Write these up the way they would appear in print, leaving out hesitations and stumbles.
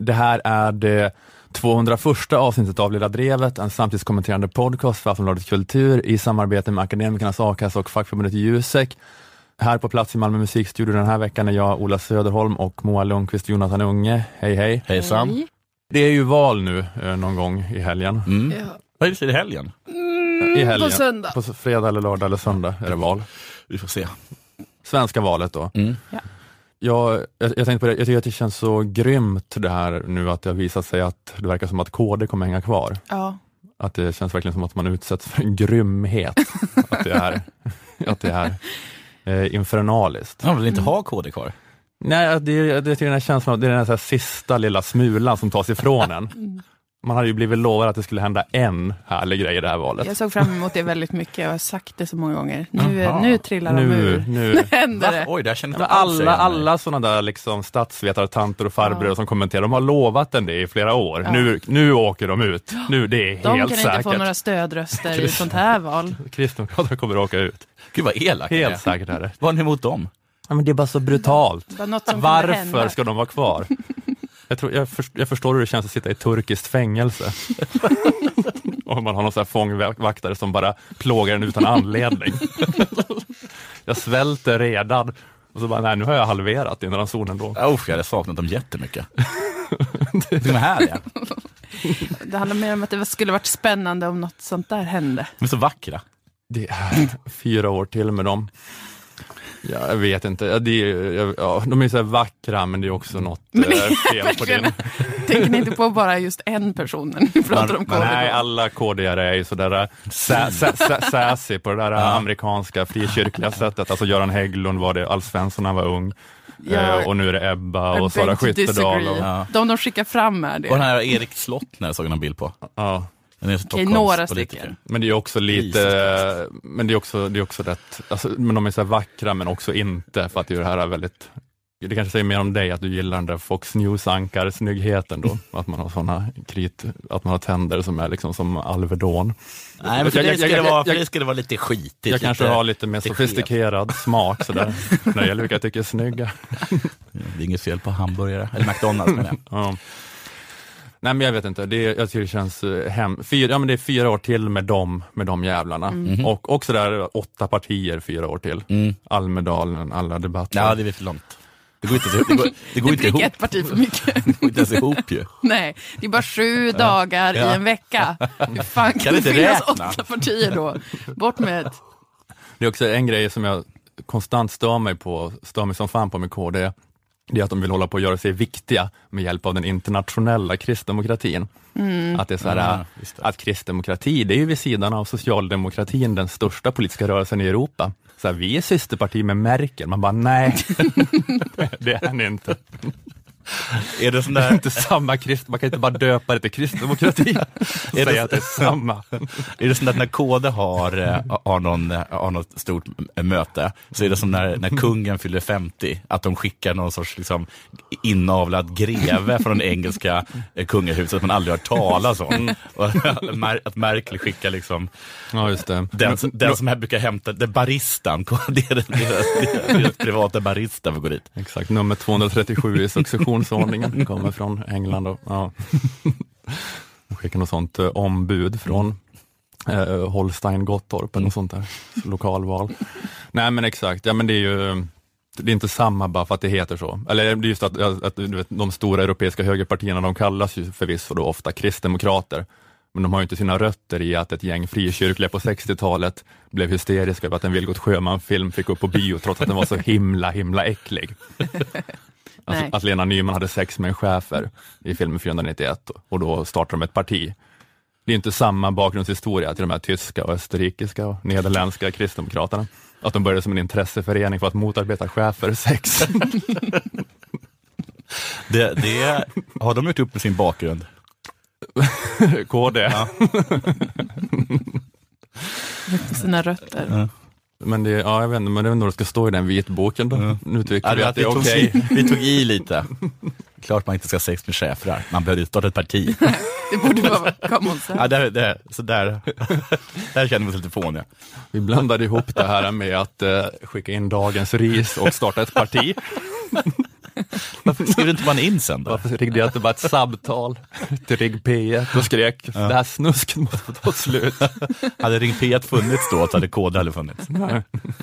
Det här är det 201 avsnittet av Lilla Drevet, en samtidskommenterande podcast för Aftonbladet Kultur i samarbete med Akademikernas A-kassa och fackförbundet Jusek. Här på plats i Malmö musikstudio den här veckan är jag, Ola Söderholm, och Moa Lundqvist och Jonathan Unge. Hej hej. Hejsan. Hej. Det är ju val nu någon gång i helgen. Ja. Vad är det i helgen? I helgen. På söndag. På fredag eller lördag eller söndag är det val. Vi får se. Svenska valet då. Ja. Jag tänkte på det, jag tycker att det känns så grymt det här nu att det har visat sig att det verkar som att KD kommer hänga kvar. Ja. Att det känns verkligen som att man utsätts för en grymhet. att det är infernaliskt. Man vill inte ha KD kvar. Nej, det är den här känslan, det är den här sista lilla smulan som tas ifrån en. Man hade ju blivit lovad att det skulle hända en härlig grej i det här valet. Jag såg fram emot det väldigt mycket. Jag har sagt det så många gånger. Nu trillar de ur. Nu. Händer det. Oj, det här känner jag inte alls. Alla sådana där liksom statsvetare, tanter och farbröder som kommenterar, de har lovat en det i flera år. Ja. Nu åker de ut. Nu, det är De helt kan säkert. inte få några stödröster i sånt här val. Kristdemokraterna kommer att åka ut. Gud vad elakt det är. Helt säkert är det. Vad är ni emot dem? Ja, men det är bara så brutalt. Det var något som kunde Varför hända. ska de vara kvar? Jag förstår hur det känns att sitta i turkiskt fängelse. Och man har någon sån här fångvaktare som bara plågar en utan anledning. Jag svälter redan. Och så bara, nej, nu har jag halverat i den här zonen då. Jag hade saknat dem jättemycket. De är härliga. Det handlar mer om att det skulle varit spännande om något sånt där hände. De är så vackra. Det är 4 år till med dem. Ja, jag vet inte. Ja, de är så här vackra, men det är också något fel på din. Tänker ni inte på bara just en person när ni pratar om KD? Nej, alla KD-are är ju sådär sassy på det där amerikanska frikyrkliga sättet. Alltså Göran Hägglund var det, Alf Svensson när han var ung. Och nu är det Ebba och Sara Skyttedal. De skickar fram är det. Och den här Erik Slottner såg jag någon bild på. Ja. Okej, några stycken. Men det är också lite, men det är också rätt, alltså, men de är så här vackra men också inte, för att det är det här är väldigt, det kanske säger mer om dig att du gillar den där Fox News-ankar-snyggheten då, att man har såna att man har tänder som är liksom som Alvedon. Nej, men det skulle vara lite skitigt. Jag kanske har lite mer sofistikerad smak sådär, när det gäller vilka jag tycker är snygga. Det är inget fel på hamburgare, eller McDonalds menar jag. Ja. Nej, men jag vet inte, jag tycker det känns det är 4 år till med de jävlarna. Och också där 8 partier 4 år till. Almedalen, alla debatter. Ja, det är för långt. Det går inte ihop. Ett parti för mycket. Det går inte ens ihop ju. Nej, det är bara 7 dagar i en vecka. Hur fan kan det finnas 8 partier då? Bort med ett. Det är också en grej som jag konstant stör mig som fan på med KD. Det är att de vill hålla på att göra sig viktiga med hjälp av den internationella kristdemokratin. Att det är så här, att kristdemokrati, det är ju vid sidan av socialdemokratin den största politiska rörelsen i Europa. Så här, vi är systerparti med Merkel. Man bara, nej, det är ni inte. Är det sån där... inte samma man kan inte bara döpa det till kristdemokrati och säga att det är samma. Är det sån där när KD har något stort möte, så är det som när kungen fyller 50, att de skickar någon sorts liksom inavlad greve från det engelska kungahuset man aldrig har talat om. Och att Merkel skickar liksom just det. Den som här brukar hämta det baristan, det är deras privata barista för att gå dit. Exakt, nummer 237 i successionsordningen kommer från England. Och, de skickar något sånt ombud från Holstein Gottorp eller något sånt där lokalval. Nej, men exakt, men det är ju det är inte samma bara för att det heter så. Eller det är just att du vet, de stora europeiska högerpartierna, de kallas ju förvisso då ofta kristdemokrater. Men de har ju inte sina rötter i att ett gäng frikyrkliga på 60-talet blev hysteriska över att en Vilgot Sjöman-film fick upp på bio trots att den var så himla äcklig. Alltså, att Lena Nyman hade sex med en schäfer i filmen 491 och då startade de ett parti. Det är inte samma bakgrundshistoria till de här tyska och österrikiska och nederländska kristdemokraterna. Att de började som en intresseförening för att motarbeta schäfersex. Det har de gjort upp med sin bakgrund. KD. Ja. Sina rötter. Men det, jag vet inte, men det är nog det ska stå i den vitboken då. Nu tycker vi att det är okej. Vi tog i lite. Klart man inte ska ha sex med schäfrar. Man behöver starta ett parti. Det borde vara common sense. Ja, där känner vi oss lite fåniga. Vi blandade ihop det här med att skicka in dagens ris och starta ett parti. Varför skrev du inte bara in sen då? Varför ringde jag inte bara ett samtal till Ring P1 och skrek det här snusket måste få ta slut. Hade Ring P1 funnits då så hade kod aldrig funnits. Nej.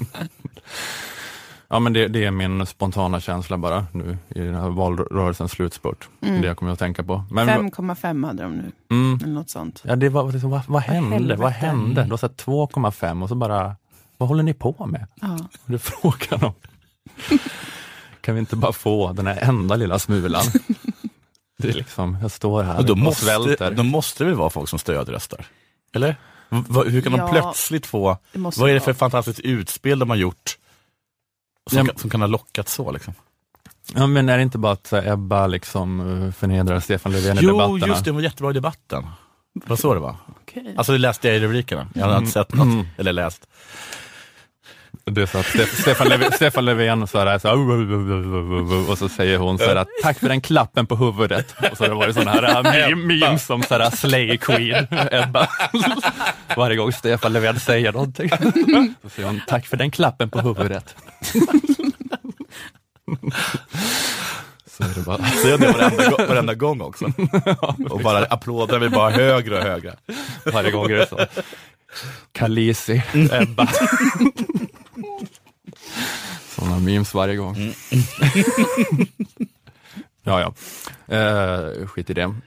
Ja, men det är min spontana känsla bara nu i den här valrörelsens slutspurt. Det jag kommer att tänka på. 5,5 hade de nu. Eller något sånt. Ja, det var liksom, vad hände? Vad hände? Då sa 2,5 och så bara, vad håller ni på med? Ja. Det är frågan om. Kan vi inte bara få den här enda lilla smulan? Det är liksom, jag står här och svälter. Då måste det väl vara folk som stödröstar? Eller? Hur kan de plötsligt få... Vad är det för fantastiskt utspel de har gjort som kan ha lockat så liksom? Ja, men är det inte bara att Ebba liksom förnedrar Stefan Löfven i debatterna? Jo, just det var jättebra i debatten. Vad så det var? Okay. Alltså det läste jag i rubrikerna. Jag hade inte sett något, eller läst. Det är så att Stefan Löfven så här, och så säger hon så här, tack för den klappen på huvudet. Och så har det varit sådana här memes som så här, Slay Queen Ebba. Varje gång Stefan Löfven säger någonting så säger hon, tack för den klappen på huvudet. Så är det bara. Så är det varenda gång också. Och bara applåderna blir bara högre och högre. Varje gång är det så. Khaleesi, Ebba. Sådana memes varje gång. Ja. Skit i det.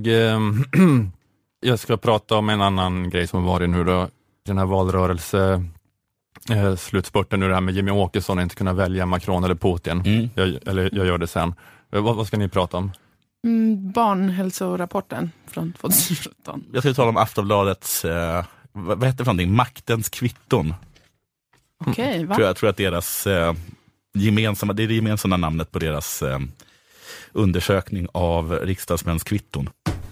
Jag ska prata om en annan grej som var nu då. Den här slutspurten nu, det här med Jimmy Åkesson och inte kunna välja Macron eller Putin. Jag gör det sen. Vad ska ni prata om? Barnhälsorapporten från 2017. Jag ska tala om Aftonbladets vad heter det för någonting? Maktens kvitton. Okej, va? Jag tror att deras gemensamma, det är det gemensamma namnet på deras undersökning av riksdagsmäns kvitton.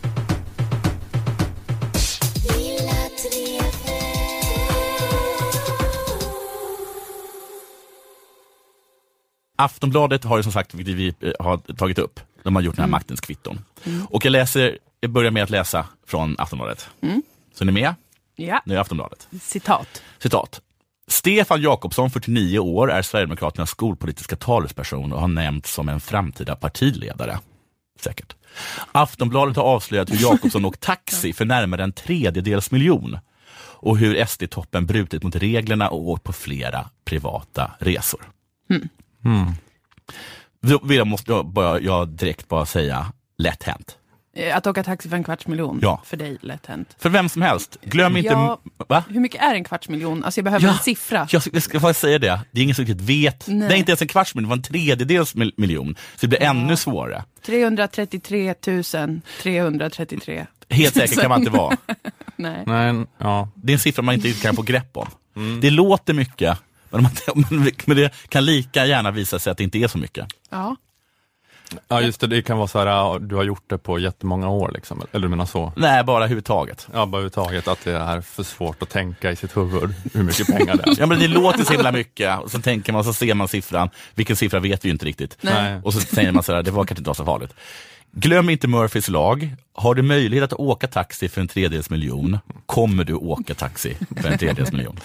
Aftonbladet har ju som sagt, vilket vi har tagit upp, de har gjort den här maktens kvitton. Och jag börjar med att läsa från Aftonbladet. Så är ni med? Ja. Nu är Aftonbladet. Citat. Stefan Jakobsson, 49 år, är Sverigedemokraternas skolpolitiska talesperson och har nämnts som en framtida partiledare. Säkert. Aftonbladet har avslöjat hur Jakobsson åkt taxi för närmare 1/3 miljon och hur SD-toppen brutit mot reglerna och åkt på flera privata resor. Då måste jag direkt bara säga lätt hänt. Att åka taxi för 250 000 ja. För dig lätt hänt. För vem som helst. Glöm inte... Va? Hur mycket är 250 000? Alltså jag behöver en siffra. Jag ska faktiskt säga det. Det är ingen som riktigt vet. Nej. Det är inte ens 250 000, det var 1/3 miljon. Så det blir ännu svårare. 333 333. Helt säkert kan man inte vara. Nej. Ja. Det är en siffra man inte kan få grepp om. Det låter mycket, men det kan lika gärna visa sig att det inte är så mycket. Ja, just det. Det kan vara så här, du har gjort det på jättemånga år liksom, eller du menar så? Nej, bara överhuvudtaget. Ja, bara överhuvudtaget att det är för svårt att tänka i sitt huvud hur mycket pengar det är. Ja, men det låter så himla mycket och så tänker man, så ser man siffran. Vilken siffra vet vi ju inte riktigt. Nej. Och så säger man så här, det var kanske inte så farligt. Glöm inte Murphys lag. Har du möjlighet att åka taxi för 1/3 miljon, kommer du åka taxi för 1/3 miljon.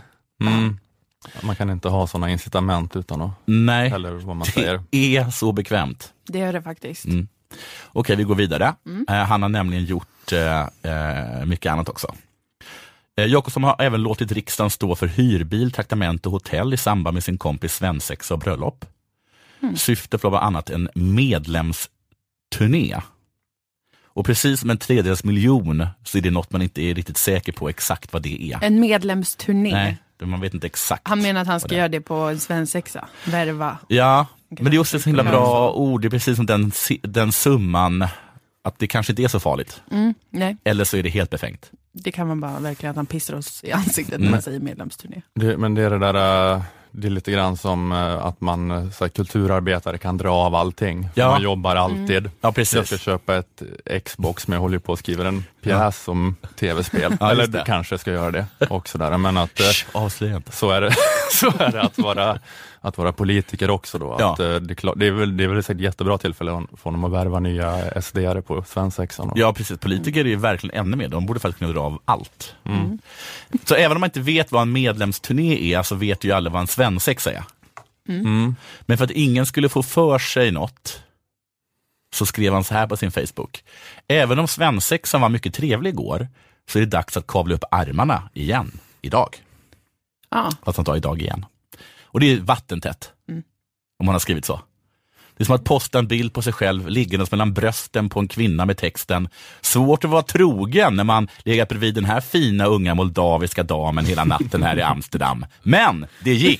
Man kan inte ha sådana incitament utan att... Nej, eller vad man säger. Det är så bekvämt. Det är det faktiskt. Okej, vi går vidare. Han har nämligen gjort mycket annat också. Jakobsson har även låtit riksdagen stå för hyrbil, traktament och hotell i samband med sin kompis svensexa och bröllop. Syftet var bland annat en medlemsturné. Och precis som 1/3 miljon så är det något man inte är riktigt säker på exakt vad det är. En medlemsturné? Nej, man vet inte exakt. Han menar att han ska göra det på en svensexa. Värva. Ja, men det är också ett så himla bra ord. Det är precis som den summan, att det kanske inte är så farligt. Nej. Eller så är det helt befängt. Det kan man bara verkligen, att han pissar oss i ansiktet när man säger medlemsturné. Men det är det där... Det är lite grann som att man så här, kulturarbetare kan dra av allting. Ja. Man jobbar alltid. Ja, precis. Jag ska köpa ett Xbox, men jag håller på att skriva en pjäs som tv-spel. Ja, eller du kanske ska göra det också där. Men att så är det att vara politiker också då. Ja. Att, det är väl ett jättebra tillfälle för dem att värva nya SD-are på svensexan. Ja, precis. Politiker är ju verkligen ännu mer. De borde faktiskt kunna dra av allt. Så även om man inte vet vad en medlemsturné är, så vet ju alla vad en svensexa är. Men för att ingen skulle få för sig något så skrev han så här på sin Facebook. Även om svensexan var mycket trevlig igår så är det dags att kavla upp armarna igen idag. Fast han tar idag igen. Och det är vattentätt. Om man har skrivit så. Det är som att posta en bild på sig själv liggandes mellan brösten på en kvinna med texten: svårt att vara trogen när man legat bredvid den här fina unga moldaviska damen hela natten här i Amsterdam. Men det gick.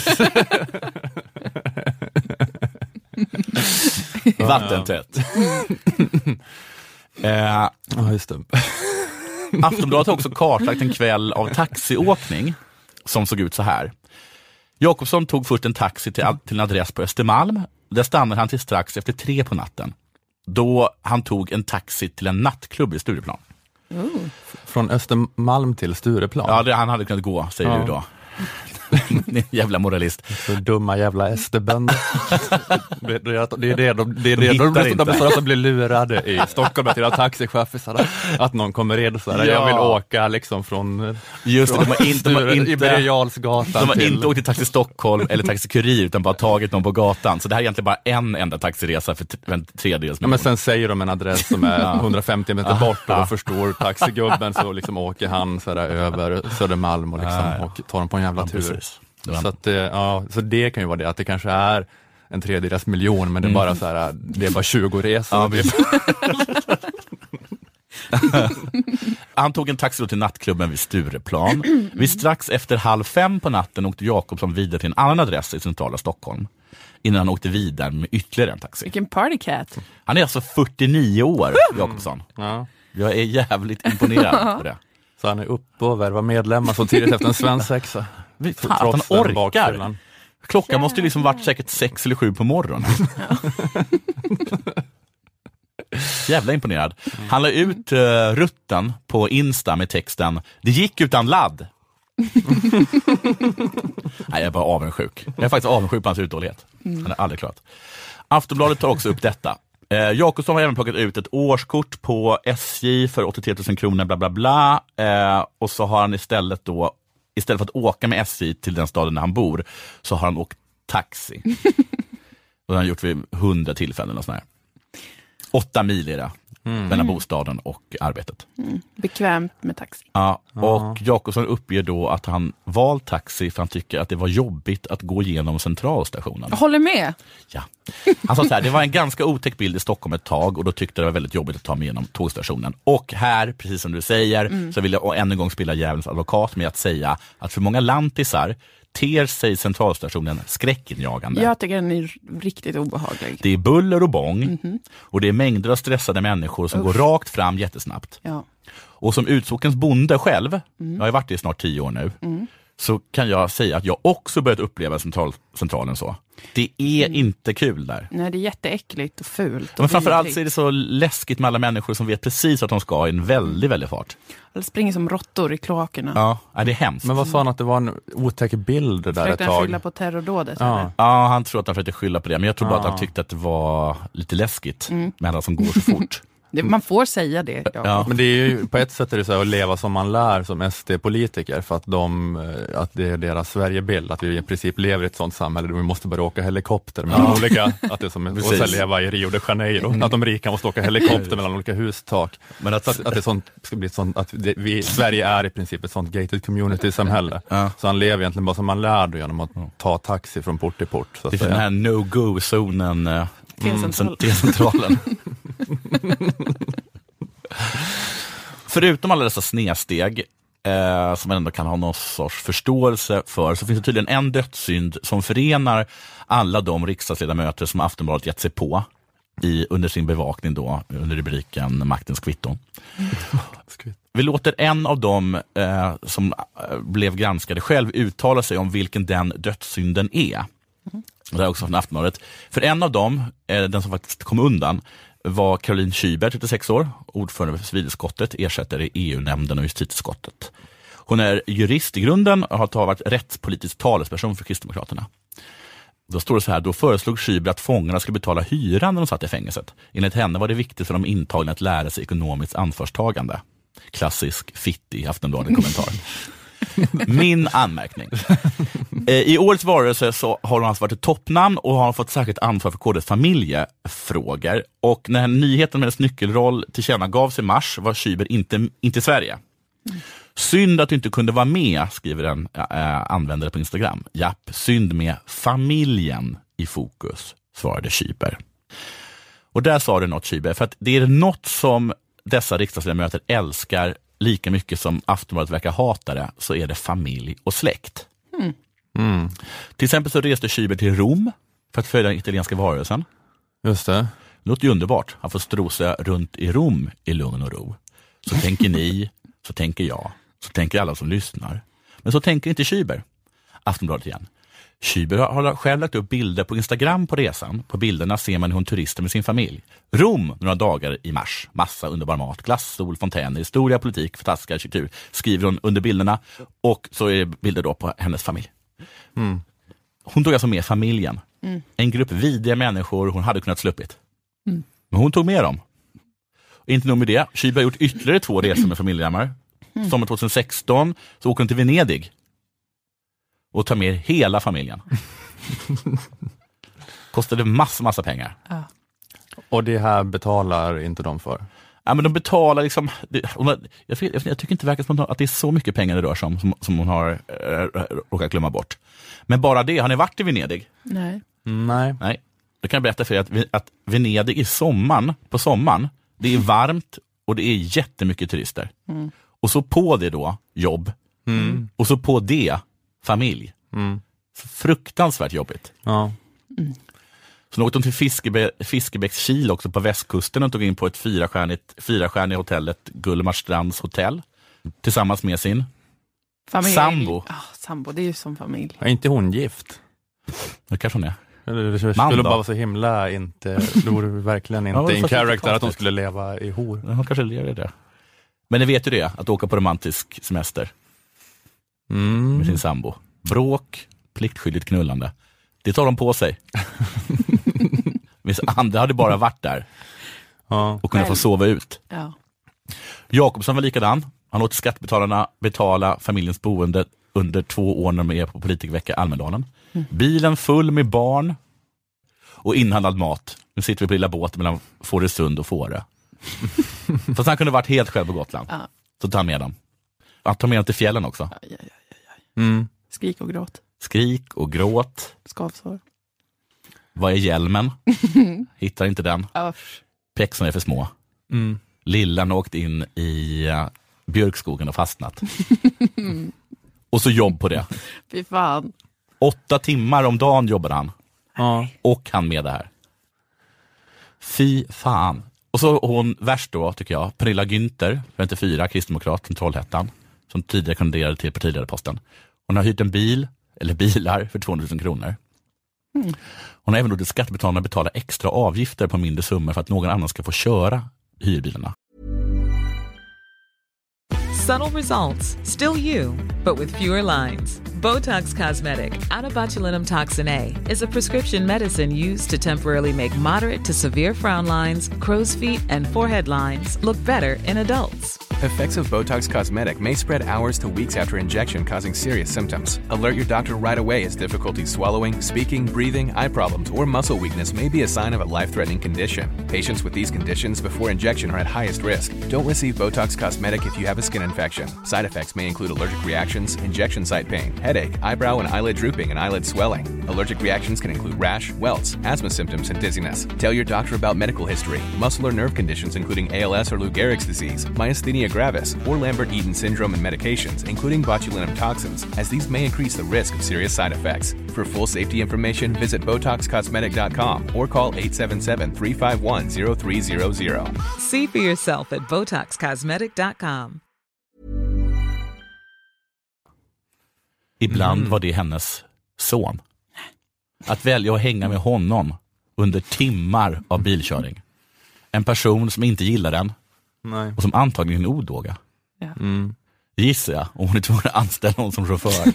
Vattentätt. Ja, just det. Aftonbladet har också kartlagt en kväll av taxiåkning som såg ut så här. Jakobsson tog först en taxi till en adress på Östermalm. Där stannade han till strax efter 3 på natten. Då han tog en taxi till en nattklubb i Stureplan. Från Östermalm till Stureplan? Ja, han hade kunnat gå, säger du då. Jävla moralist. Så dumma jävla SD-bänder. Det är det de blir lurade i Stockholm till taxichaufförer att någon kommer red och så här, jag vill åka liksom från just det, de har inte Birger Jarlsgatan. De har inte åkt till Taxi Stockholm eller Taxi Kurir utan bara tagit någon på gatan. Så det här är egentligen bara en enda taxiresa för en tredjedels miljon. Men sen säger de en adress som är 150 meter bort och då förstår taxigubben så liksom åker han så där över Södermalm och liksom och tar dem på en jävla tur. Så att, så det kan ju vara det, att det kanske är en tredjedels miljon, men det är bara så här, det är bara 20 resor. Han tog en taxi till nattklubben vid Stureplan. Vid strax efter 4:30 på natten åkte Jakobsson vidare till en annan adress i centrala Stockholm. Innan han åkte vidare med ytterligare en taxi. Vilken partycat. Han är alltså 49 år, Jakobsson. Jag är jävligt imponerad på det. Så han är uppe och värvar medlemmar så tidigt efter en svensexa. Fan, att han orkar. Klockan måste ju liksom varit säkert 6 eller 7 på morgonen. Jävla imponerad. Han la ut rutten på Insta med texten: det gick utan ladd. Nej, jag är bara avundsjuk. Jag är faktiskt avundsjuk på hans uthållighet. Han är aldrig klarat. Aftonbladet tar också upp detta. Jakobsson har även plockat ut ett årskort på SJ för 83 000 kronor, bla bla bla. Och så har han istället för att åka med SJ till den staden där han bor, så har han åkt taxi. Och det har han gjort vid 100 tillfällen och sådär. 8 mil är det mellan bostaden och arbetet. Bekvämt med taxi. Ja, och Jakobsson uppger då att han valt taxi för han tycker att det var jobbigt att gå igenom centralstationen. Jag håller med. Ja. Han sa så här: det var en ganska otäck bild i Stockholm ett tag och då tyckte det var väldigt jobbigt att ta mig igenom tågstationen. Och här, precis som du säger, så vill jag ännu en gång spela djävulens advokat med att säga att för många lantisar ter sig centralstationen skräckinjagande. Jag tycker den är riktigt obehaglig. Det är buller och bång och det är mängder av stressade människor som går rakt fram jättesnabbt. Ja. Och som utsockens bonde själv, jag har varit det i snart 10 år nu, så kan jag säga att jag också börjat uppleva centralen så. Det är inte kul där. Nej, det är jätteäckligt och fult. Men framförallt så är det så läskigt med alla människor som vet precis att de ska i en väldigt, väldigt fart. Eller springer som råttor i kloakerna. Ja, det är hemskt. Men vad sa han att det var en otäck bild där ett tag? Försökte han skylla på terrordådet? Ja, han tror att han försökte skylla på det. Men jag tror bara att han tyckte att det var lite läskigt med alla som går så fort. Man får säga det. Ja. Men det är ju, på ett sätt är det så här att leva som man lär som SD-politiker, för att det är deras Sverigebild, att vi i princip lever i ett sånt samhälle där vi måste börja åka helikopter mellan olika, att det är som att leva i Rio de Janeiro, att de rika måste åka helikopter mellan olika hustak. Men att det sånt ska bli sånt, att Sverige är i princip ett sånt gated community-samhälle. Så han lever egentligen bara som man lär då, genom att ta taxi från port till port. Så att det är den här no-go-zonen T-centralen. Förutom alla dessa snedsteg som man ändå kan ha någon sorts förståelse för, så finns det tydligen en dödssynd som förenar alla de riksdagsledamöter som Aftonbladet gett sig på under sin bevakning då, under rubriken Maktens kvitton. Vi låter en av dem som blev granskade själv uttala sig om vilken den dödssynden är. Det är också från Aftonbladet. För en av dem, den som faktiskt kom undan, var Caroline Schyber, 36 år, ordförande för civilutskottet, ersättare i EU-nämnden och justitieutskottet. Hon är jurist i grunden och har varit rättspolitisk talesperson för Kristdemokraterna. Då står det så här: då föreslog Schyber att fångarna skulle betala hyran när de satt i fängelset. Enligt henne var det viktigt för de intagna att lära sig ekonomiskt ansvarstagande. Klassisk fittig Aftonbladet-kommentar. Min anmärkning. I årets valrörelse så har hon alltså varit ett toppnamn och har fått särskilt ansvar för KDs familjefrågor. Och när nyheten med hennes nyckelroll tillkännagavs i mars var Schyber inte i Sverige. Synd att du inte kunde vara med, skriver en användare på Instagram. Japp, synd med familjen i fokus, svarade Schyber. Och där sa det något, Schyber, för att det är något som dessa riksdagsledamöter älskar lika mycket som Aftonbladet verkar hata det, så är det familj och släkt. Till exempel så reste Schyber till Rom för att följa den italienska varelsen. Just det. Det låter ju underbart. Han får strosa runt i Rom i lugn och ro. Så tänker ni, så tänker jag, så tänker alla som lyssnar. Men så tänker inte Schyber. Aftonbladet igen. Schyber har själv lagt upp bilder på Instagram på resan. På bilderna ser man hur hon turister med sin familj. Rom, några dagar i mars. Massa underbar mat, glass, sol, fontäner, historia, politik, fantastisk arkitektur. Skriver hon under bilderna. Och så är det bilder då på hennes familj. Hon tog alltså med familjen. En grupp vidriga människor hon hade kunnat sluppit. Men hon tog med dem. Och inte nog med det. Schyber har gjort ytterligare 2 resor med familjemedlemmar. Sommar 2016 så åker hon till Venedig. Och tar med hela familjen. Kostade massa pengar. Ja. Och det här betalar inte de för? Ja, men de betalar liksom... Jag tycker inte det verkar som att det är så mycket pengar det rör sig om som hon har råkat glömma bort. Men bara det, har ni varit i Venedig? Nej. Nej. Då kan jag berätta för er att Venedig på sommaren, det är varmt och det är jättemycket turister. Och så på det då, jobb. Och så på det, familj. Fruktansvärt jobbigt. Ja. Så åkte de till Fiskebäckskil också på västkusten och tog in på ett 4-stjärniga hotellet Gullmarstrands hotell tillsammans med sin sambo. Sambo, det är ju som familj. Är inte hon gift? Det kanske hon är. Det skulle bara vara så himla inte, det vore verkligen inte en character att de skulle leva i hor. Hon kanske lever i det. Men ni vet ju det, att åka på romantisk semester med sin sambo. Bråk, pliktskyldigt knullande. Det tar de på sig. Hvis andra hade bara varit där och kunnat få sova ut. Ja. Jakobsson var likadan. Han låter skattebetalarna betala familjens boende under 2 år när de är på politikervecka i Almedalen. Bilen full med barn och inhandlad mat. Nu sitter vi på lilla båt mellan Fårösund och Fårö. Fast han kunde varit helt själv på Gotland. Ja. Så tar han med dem. Han tar med dem till fjällen också. Skrik och gråt. Skrik och gråt. Skavsår. Vad är hjälmen? Hittar inte den. Pexorna är för små. Lillan åkte in i björkskogen och fastnat. Och så jobb på det. Fy fan. 8 timmar om dagen jobbade han. Och han med det här. Fy fan. Och så hon värst då, tycker jag, Pernilla Günther, 54, kristdemokrat från Trollhättan, som tidigare kandiderade till partiledarposten. Hon har hyrt en bil, eller bilar, för 200 000 kronor. Hon har även låtit skattebetalarna betala extra avgifter på mindre summor för att någon annan ska få köra hyrbilarna. Subtle results, still you, but with fewer lines. Botox Cosmetic, out of botulinum toxin A, is a prescription medicine used to temporarily make moderate to severe frown lines, crow's feet, and forehead lines look better in adults. Effects of Botox Cosmetic may spread hours to weeks after injection, causing serious symptoms. Alert your doctor right away as difficulty swallowing, speaking, breathing, eye problems, or muscle weakness may be a sign of a life-threatening condition. Patients with these conditions before injection are at highest risk. Don't receive Botox Cosmetic if you have a skin infection. Side effects may include allergic reactions, injection site pain, headache, eyebrow and eyelid drooping, and eyelid swelling. Allergic reactions can include rash, welts, asthma symptoms, and dizziness. Tell your doctor about medical history, muscle or nerve conditions including ALS or Lou Gehrig's disease, myasthenia gravis, or Lambert-Eaton syndrome, and medications, including botulinum toxins, as these may increase the risk of serious side effects. For full safety information, visit BotoxCosmetic.com or call 877-351-0300. See for yourself at BotoxCosmetic.com. Ibland var det hennes son. Att välja att hänga med honom under timmar av bilkörning. En person som inte gillar den. Nej. Och som antagligen är odåga. Ja. Gissar jag, om hon är tvungen att anställa någon som chaufför.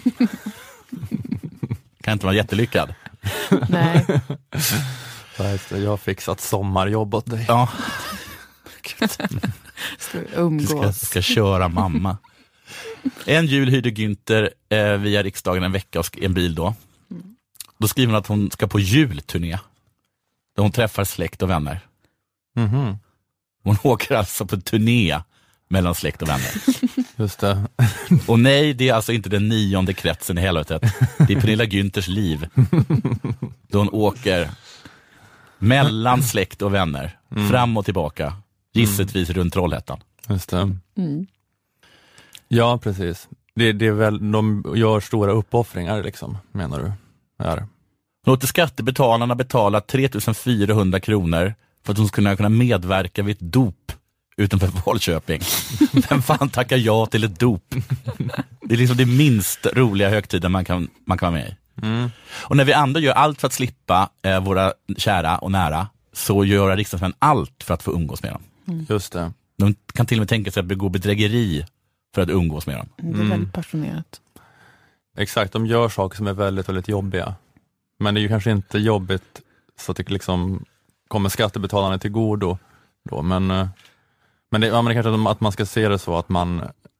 Kan inte vara jättelyckad. Nej. Jag har fixat sommarjobb åt dig. Ja. Ska umgås. Ska köra mamma. En jul hyrde Günther via riksdagen en vecka och en bil då. Då skriver hon att hon ska på julturné. Där hon träffar släkt och vänner. Mhm. Hon åker alltså på turné mellan släkt och vänner. Just det. Och nej, det är alltså inte den 9:e kretsen i helvetet. Det är Pernilla Günthers liv. Då hon åker mellan släkt och vänner. Fram och tillbaka. Gissningsvis runt Trollhättan. Just det. Ja, precis. Det är väl, de gör stora uppoffringar liksom, menar du? Här. Hon låter skattebetalarna betala 3 400 kronor för att hon skulle kunna medverka vid ett dop utanför Falköping. Vem fan tackar ja till ett dop? Det är liksom det minst roliga högtiden man kan vara med i. Och när vi andra gör allt för att slippa våra kära och nära, så gör riksdagsmän allt för att få umgås med dem. Just det. De kan till och med tänka sig att begå bedrägeri för att umgås med dem. Det är väldigt passionerat. Exakt, de gör saker som är väldigt, väldigt jobbiga. Men det är ju kanske inte jobbigt så att det liksom kommer skattebetalarna till godo då. Men det är kanske att man ska se det så att man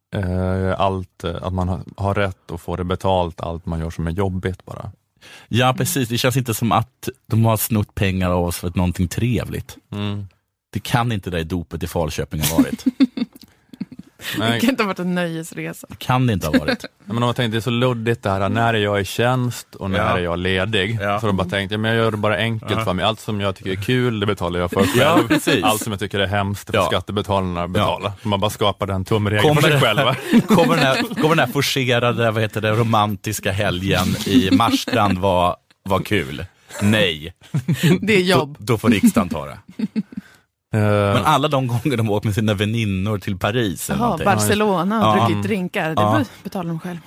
att man har rätt att få det betalt, allt man gör som är jobbigt bara. Ja, precis. Det känns inte som att de har snott pengar av oss för att någonting trevligt. Det kan inte det i dopet i Falköping ha varit. Nej. Det kan inte ha varit en nöjesresa. Det kan det inte ha varit. Men de har tänkt, det är så luddigt det här, när är jag i tjänst och när är jag ledig. Ja. Så de bara tänkt, men jag gör det bara enkelt för mig. Allt som jag tycker är kul, det betalar jag för själv. Precis. Allt som jag tycker är hemskt, det får skattebetalarna betala. Man bara skapar den tumregeln Kommer för sig själva. Kommer den här forcerade, romantiska helgen i Marstrand var kul? Nej. Det är jobb. Då får riksdagen ta det. Men alla de gånger de åker med sina väninnor till Paris eller någonting. Barcelona och druckit drinkar, det betalar de själv.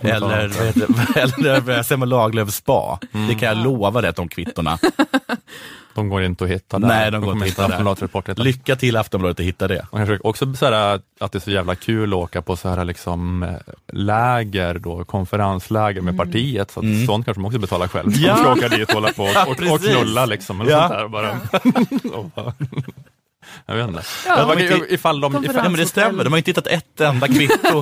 Eller Selma Lagerlöfs spa. Det kan jag lova det, de kvittorna. De går inte att hitta där. Nej, de går inte att hitta där. Lycka till Aftonbladet att hitta det. Och kanske också så här, att det är så jävla kul att åka på så här liksom läger då, konferensläger med partiet, så att sånt kanske man också betalar själv. Ja. De ska åka dit och hålla på och knulla liksom, eller sånt där bara. Jag vet inte. Men det stämmer, de har inte hittat ett enda kvitto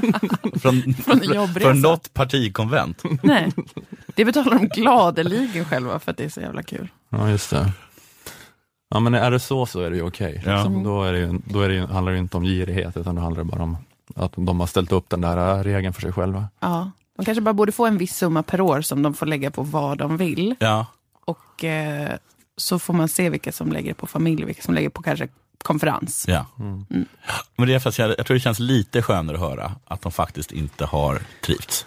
från något partikonvent. Nej, det betalar de gladeligen själva för att det är så jävla kul. Ja, just det. Ja, men är det så är det ju okej. Ja. Då handlar det inte om girighet, utan det handlar bara om att de har ställt upp den där regeln för sig själva. Ja, de kanske bara borde få en viss summa per år som de får lägga på vad de vill. Ja. Och så får man se vilka som lägger på familj, vilka som lägger på kanske konferens. Ja. Men det är för att jag tror det känns lite skönare att höra att de faktiskt inte har trivts.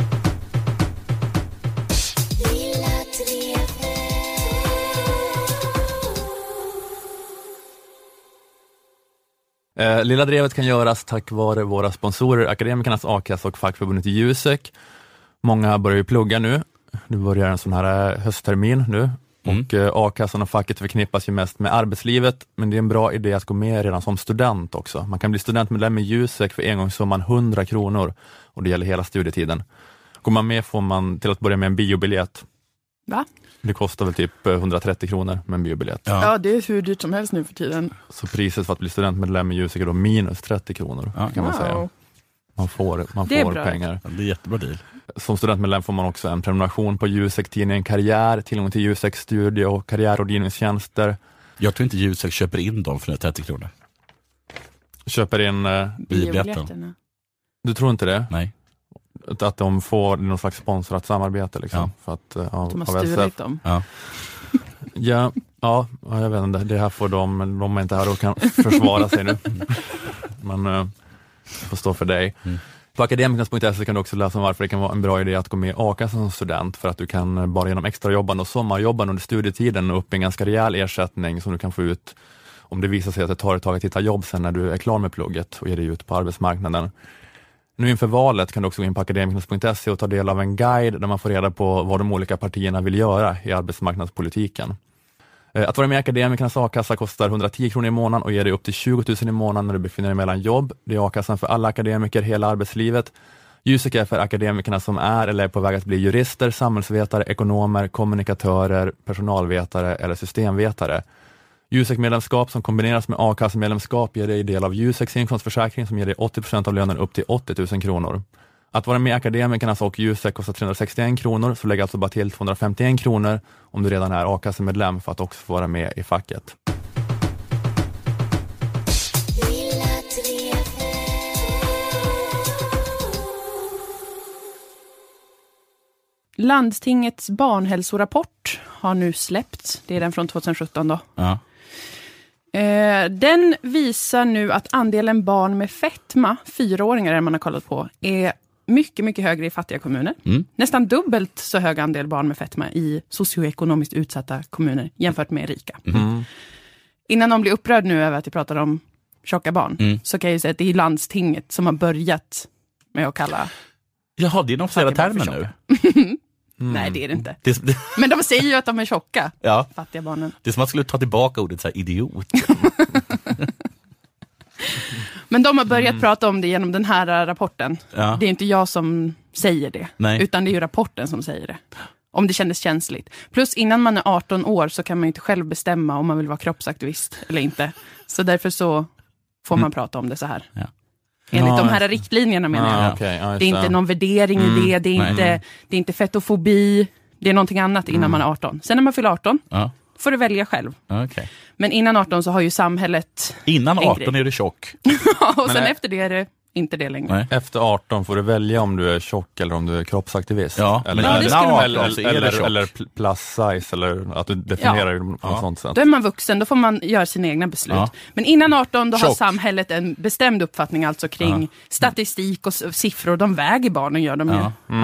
Lilla Drevet kan göras tack vare våra sponsorer, Akademikernas A-kassa och fackförbundet Jusek. Många börjar ju plugga nu. Det börjar en sån här hösttermin nu. Och A-kassan och facket förknippas ju mest med arbetslivet, men det är en bra idé att gå med redan som student också. Man kan bli studentmedlem i Jusek för engångssumman 100 kronor och det gäller hela studietiden. Går man med får man till att börja med en biobiljett. Va? Det kostar väl typ 130 kronor med en biobiljett. Ja, det är hur dyrt som helst nu för tiden. Så priset för att bli studentmedlem i Jusek är då minus 30 kronor kan man säga. Man får pengar. Det är jättebra deal. Som studentmedlem får man också en prenumeration på Jusek-tidningen Karriär, tillgång till Jusek studie- och karriärrådgivningstjänster. Jag tror inte Jusek köper in dem för 30 kronor. Köper in biobiljetten. Du tror inte det? Nej. Att de får någon slags sponsrat samarbete liksom, för att de har stulit dem. Ja, jag vet inte. Det här får de är inte här och kan försvara sig nu. Men det får stå för dig. På akademikernas.se kan du också läsa om varför det kan vara en bra idé att gå med i A-kassan som student, för att du kan bara genom extra jobban och sommarjobban under studietiden och upp en ganska rejäl ersättning som du kan få ut om det visar sig att det tar ett tag att hitta jobb sen när du är klar med plugget och ger dig ut på arbetsmarknaden. Nu inför valet kan du också gå in på akademikernas.se och ta del av en guide där man får reda på vad de olika partierna vill göra i arbetsmarknadspolitiken. Att vara med i Akademikernas A-kassa kostar 110 kronor i månaden och ger dig upp till 20 000 i månaden när du befinner dig mellan jobb. Det är A-kassan för alla akademiker hela arbetslivet. Jusek är för akademikerna som är eller är på väg att bli jurister, samhällsvetare, ekonomer, kommunikatörer, personalvetare eller systemvetare. Jusek-medlemskap som kombineras med a-kassemedlemskap ger dig del av Juseks inkomstförsäkring som ger dig 80% av lönen upp till 80 000 kronor. Att vara med i Akademikernas och Jusek kostar 361 kronor, så lägg alltså bara till 251 kronor om du redan är a-kassemedlem för att också få vara med i facket. Landstingets barnhälsorapport har nu släppts. Det är den från 2017 då. Ja. Den visar nu att andelen barn med fetma, 4-åringar man har kollat på, är mycket, mycket högre i fattiga kommuner. Nästan dubbelt så hög andel barn med fetma i socioekonomiskt utsatta kommuner jämfört med rika. Innan de blir upprörd nu över att vi pratar om tjocka barn, så kan jag ju säga att det är landstinget som har börjat med att kalla... Jaha, det är de officiella termen nu. Nej, det är det inte. Men de säger ju att de är tjocka, fattiga barnen. Det är som att man skulle ta tillbaka ordet så här idiot. Men de har börjat prata om det genom den här rapporten. Ja. Det är inte jag som säger det, utan det är ju rapporten som säger det. Om det kändes känsligt. Plus innan man är 18 år så kan man inte själv bestämma om man vill vara kroppsaktivist eller inte. Så därför så får man prata om det så här. Ja. Enligt de här riktlinjerna menar jag. Okay, det är inte någon värdering i det. Det är inte fetofobi. Det är någonting annat innan man är 18. Sen när man fyller 18 får du välja själv. Okay. Men innan 18 så har ju samhället... Innan 18 är du tjock. Och sen efter det är det inte det längre. Nej. Efter 18 får du välja om du är tjock eller om du är kroppsaktivist. Ja, eller plus size, eller att du definierar det på något sånt sätt. Då är man vuxen, då får man göra sina egna beslut. Ja. Men innan 18 då har samhället en bestämd uppfattning alltså kring statistik och siffror. De väger barnen, gör de ju.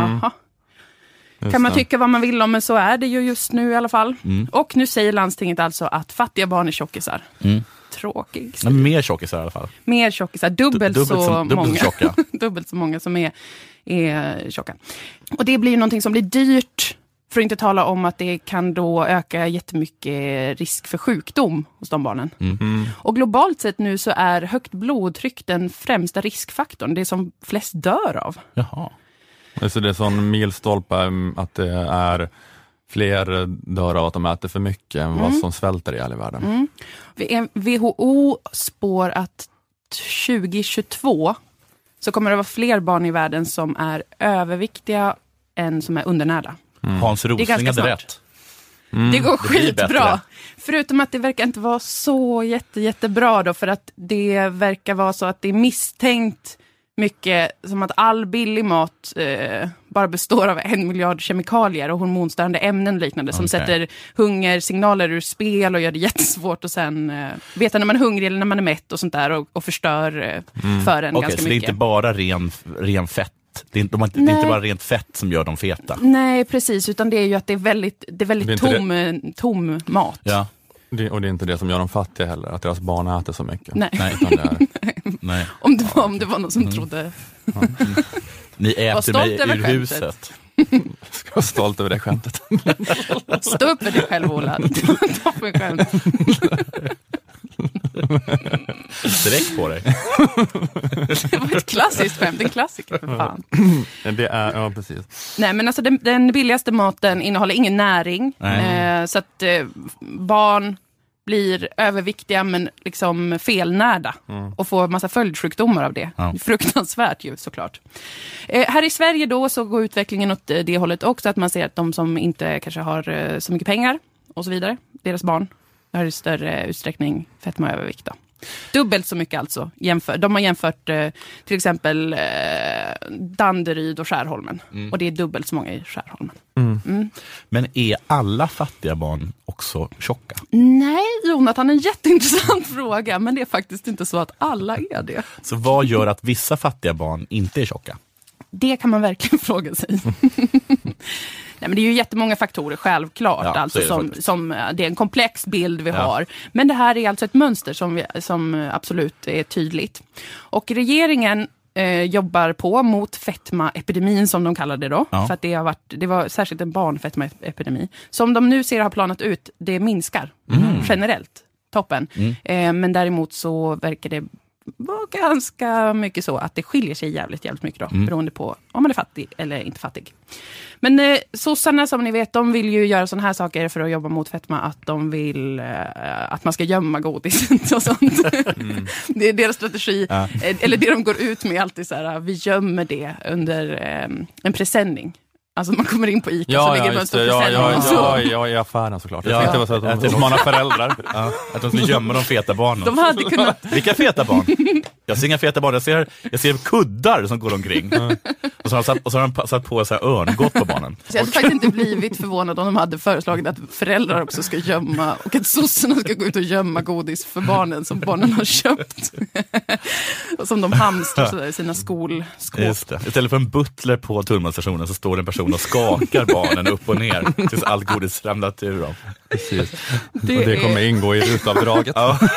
Kan man tycka vad man vill om, men så är det ju just nu i alla fall. Och nu säger landstinget alltså att fattiga barn är tjockisar. Tråkigt. Mer tjockisar i alla fall. Mer tjockisar, dubbelt så många. Tjocka. Dubbelt så många som är tjocka. Och det blir ju någonting som blir dyrt, för att inte tala om att det kan då öka jättemycket risk för sjukdom hos de barnen. Och globalt sett nu så är högt blodtryck den främsta riskfaktorn. Det som flest dör av. Jaha. Så det är sån milstolpe att det är fler dör av att de äter för mycket än vad som svälter ihjäl i världen. WHO spår att 2022 så kommer det vara fler barn i världen som är överviktiga än som är undernärda. Hans Rosling hade rätt. Det går skitbra. Förutom att det verkar inte vara så jättebra då, för att det verkar vara så att det är misstänkt mycket som att all billig mat bara består av 1 miljard kemikalier och hormonstörande ämnen och liknande som sätter hungersignaler ur spel och gör det jättesvårt och sen veta när man är hungrig eller när man är mätt och sånt där och förstör för en ganska mycket. Så det är inte bara ren fett? Det är inte bara rent fett som gör dem feta? Nej, precis, utan det är ju att det är väldigt tom mat. Ja. Och det är inte det som gör dem fattiga heller, att deras barn äter så mycket. Nej. Nej. Om det var någon som trodde. Ni äter mig ur huset. Ska vara stolt över det skämtet. Stå upp med dig själv, Ola. Toppen skämt. Sträck på dig. Det var ett klassiskt skämt, en klassiker för fan. Det är, precis. Nej, men alltså den billigaste maten innehåller ingen näring. Så att barn blir överviktiga men liksom felnärda och får massa följdsjukdomar av det. Fruktansvärt ju, såklart. Här i Sverige då så går utvecklingen åt det hållet också, att man ser att de som inte kanske har så mycket pengar och så vidare, deras barn har i större utsträckning fetma och övervikt då. Dubbelt så mycket alltså. De har jämfört till exempel Danderyd och Skärholmen. Och det är dubbelt så många i Skärholmen. Men är alla fattiga barn också tjocka? Nej, Jonathan, en jätteintressant fråga. Men det är faktiskt inte så att alla är det. Så vad gör att vissa fattiga barn inte är tjocka? Det kan man verkligen fråga sig. Nej, men det är ju jättemånga faktorer, självklart. Alltså det är en komplex bild vi har. Men det här är alltså ett mönster som absolut är tydligt. Och regeringen jobbar på mot fetmaepidemin, som de kallar det då. För att det var särskilt en barnfetmaepidemi. Som de nu ser har planat ut, det minskar generellt. Toppen. Men däremot så verkar det var ganska mycket så att det skiljer sig jävligt mycket då, beroende på om man är fattig eller inte fattig. Men sossarna, som ni vet, de vill ju göra såna här saker för att jobba mot fetma, att de vill att man ska gömma godis och sånt. Det är deras strategi, eller det de går ut med alltid så här, vi gömmer det under en presenning. Alltså man kommer in på ICA så ligger det en stor presenning. Ja, i affären såklart. Jag tänkte så att de uppmanar föräldrar. Att de skulle gömma de feta barnen. De hade kunnat... Vilka feta barn? Jag ser inga feta barn, jag ser kuddar som går omkring. Och så har de satt på så här örngott på barnen. Så jag hade faktiskt inte blivit förvånad om de hade föreslagit att föräldrar också ska gömma, och att sossarna ska gå ut och gömma godis för barnen som barnen har köpt. Och som de hamstrar så där i sina skolskåp. Just det. Istället för en butler på tunnelbanestationen så står det en person och skakar barnen upp och ner tills allt godis ramlat ur dem. Precis. Det kommer ingå i rutavdraget.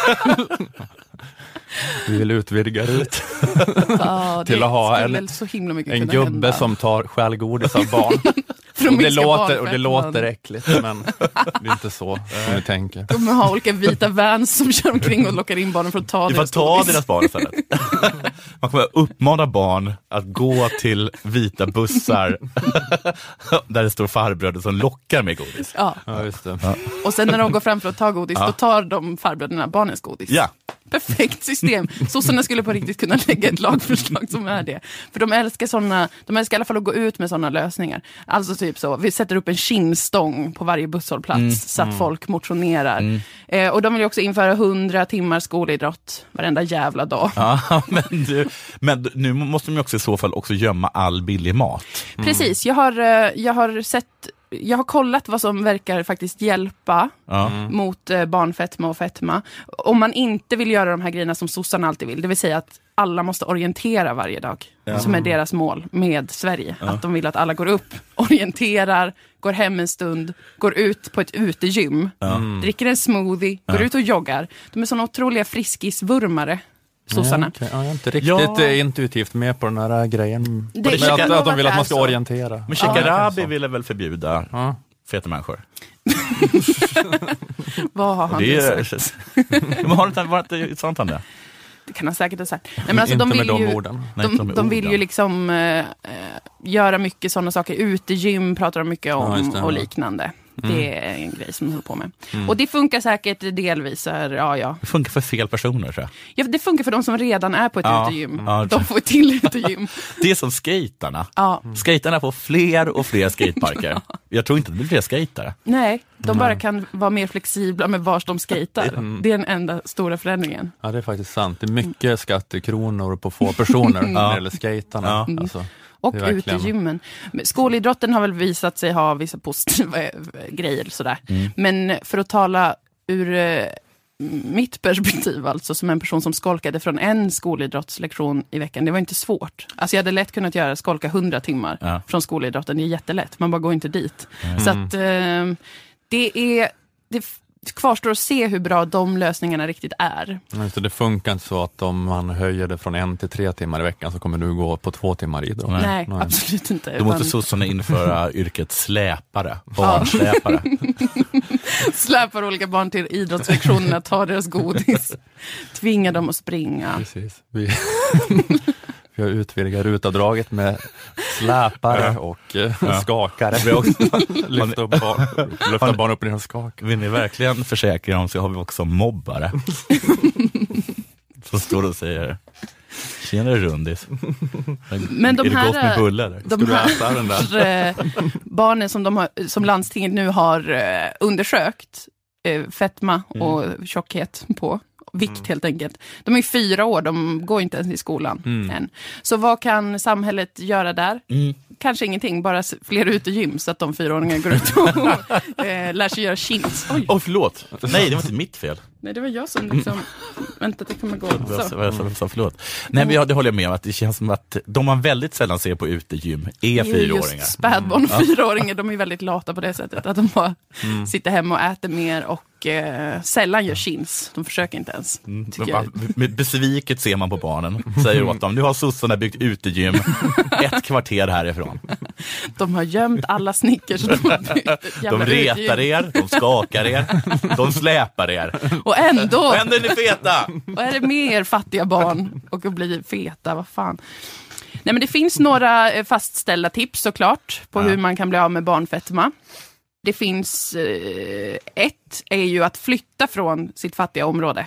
Vi vill utvidga ut till att ha en gubbe som tar själgodis av barn. Och det låter äckligt, men det är inte så som vi tänker. De kommer ha olika vita vans som kör omkring och lockar in barnen för att ta deras barn istället. Man kommer uppmana barn att gå till vita bussar där det står farbröder som lockar med godis. Ja, just det. Ja. Och sen när de går fram för att ta godis, då tar de farbröderna barnens godis. Ja. Perfekt system. Sossarna skulle på riktigt kunna lägga ett lagförslag som är det. För de älskar i alla fall att gå ut med sådana lösningar. Alltså typ så, vi sätter upp en kinnstång på varje busshållplats så att folk motionerar. Och de vill ju också införa 100 timmar skolidrott varenda jävla dag. Ja, men nu måste de ju också i så fall också gömma all billig mat. Precis, jag har kollat vad som verkar faktiskt hjälpa mot barnfetma och fetma. Om man inte vill göra de här grejerna som sossarna alltid vill. Det vill säga att alla måste orientera varje dag. Som är deras mål med Sverige. Att de vill att alla går upp, orienterar, går hem en stund, går ut på ett utegym, dricker en smoothie, går ut och joggar. De är såna otroliga friskisvurmare. Sossarna. Jag är inte riktigt intuitivt med på den här grejen. Att de vill att man ska orientera. Men Shekarabi ville väl förbjuda feta människor? Vad har han det sagt? Var det inte sånt han det? Det kan han säkert ha sagt. Nej, men alltså, de vill ju liksom göra mycket sådana saker. Utegym pratar de mycket om och liknande. Det är en grej som de håller på med. Och det funkar säkert delvis. Det funkar för fel personer, tror jag. Ja, det funkar för de som redan är på ett utegym. De får till utegym. Det är som skaterna. Skaterna får fler och fler skateparker. Jag tror inte det blir fler skatare. Nej, de bara kan vara mer flexibla med vars de skater. Det är den enda stora förändringen. Ja, det är faktiskt sant. Det är mycket skattekronor på få personer när det gäller skaterna. Alltså. Och utegymmen. Skolidrotten har väl visat sig ha vissa positiva grejer sådär. Men för att tala ur mitt perspektiv, alltså som en person som skolkade från en skolidrottslektion i veckan, det var inte svårt. Alltså jag hade lätt kunnat skolka 100 timmar från skolidrotten. Det är jättelätt, man bara går inte dit. Så att det kvarstår att se hur bra de lösningarna riktigt är. Så det funkar inte så att om man höjer det från 1 till 3 timmar i veckan så kommer du gå på 2 timmar idrott. Nej, absolut inte. Då måste sossarna införa yrket släpare, barnsläpare. Släpar olika barn till idrottslektionerna, tar deras godis, tvingar dem att springa. Precis. Vi har utvidgat rutavdraget med släpare och skakare. Vi har också lyfta barn upp i den skakare. Vill ni verkligen försäkra om så har vi också mobbare. Så står och säger: tjenare rundis. Men de här, gott med bullar, de här barnen som landstinget nu har undersökt fetma och tjockhet på, vikt helt enkelt. De är 4 år, de går inte ens i skolan än. Så vad kan samhället göra där? Kanske ingenting, bara fler utegym så att de 4-åringar går ut och lär sig göra chins. Oj, förlåt. Nej, det var inte mitt fel. Nej, det var jag som liksom... Vänta, det kommer gå. Så förlåt. Nej, men det håller jag med om, att det känns som att de man väldigt sällan ser på utegym är 4-åringar. Just spädbarn och 4-åringar, de är väldigt lata på det sättet. Att de bara sitter hemma och äter mer och sällan gör chins. De försöker inte ens. Besviket ser man på barnen. Säger åt dem: nu har sossarna byggt utegym 1 kvarter härifrån. De har gömt alla Snickers. De retar er, de skakar er, de släpar er. Och ändå är ni feta! och är det mer fattiga barn och bli feta, vad fan. Nej, men det finns några fastställda tips såklart på hur man kan bli av med barnfetma. Det finns ett är ju att flytta från sitt fattiga område.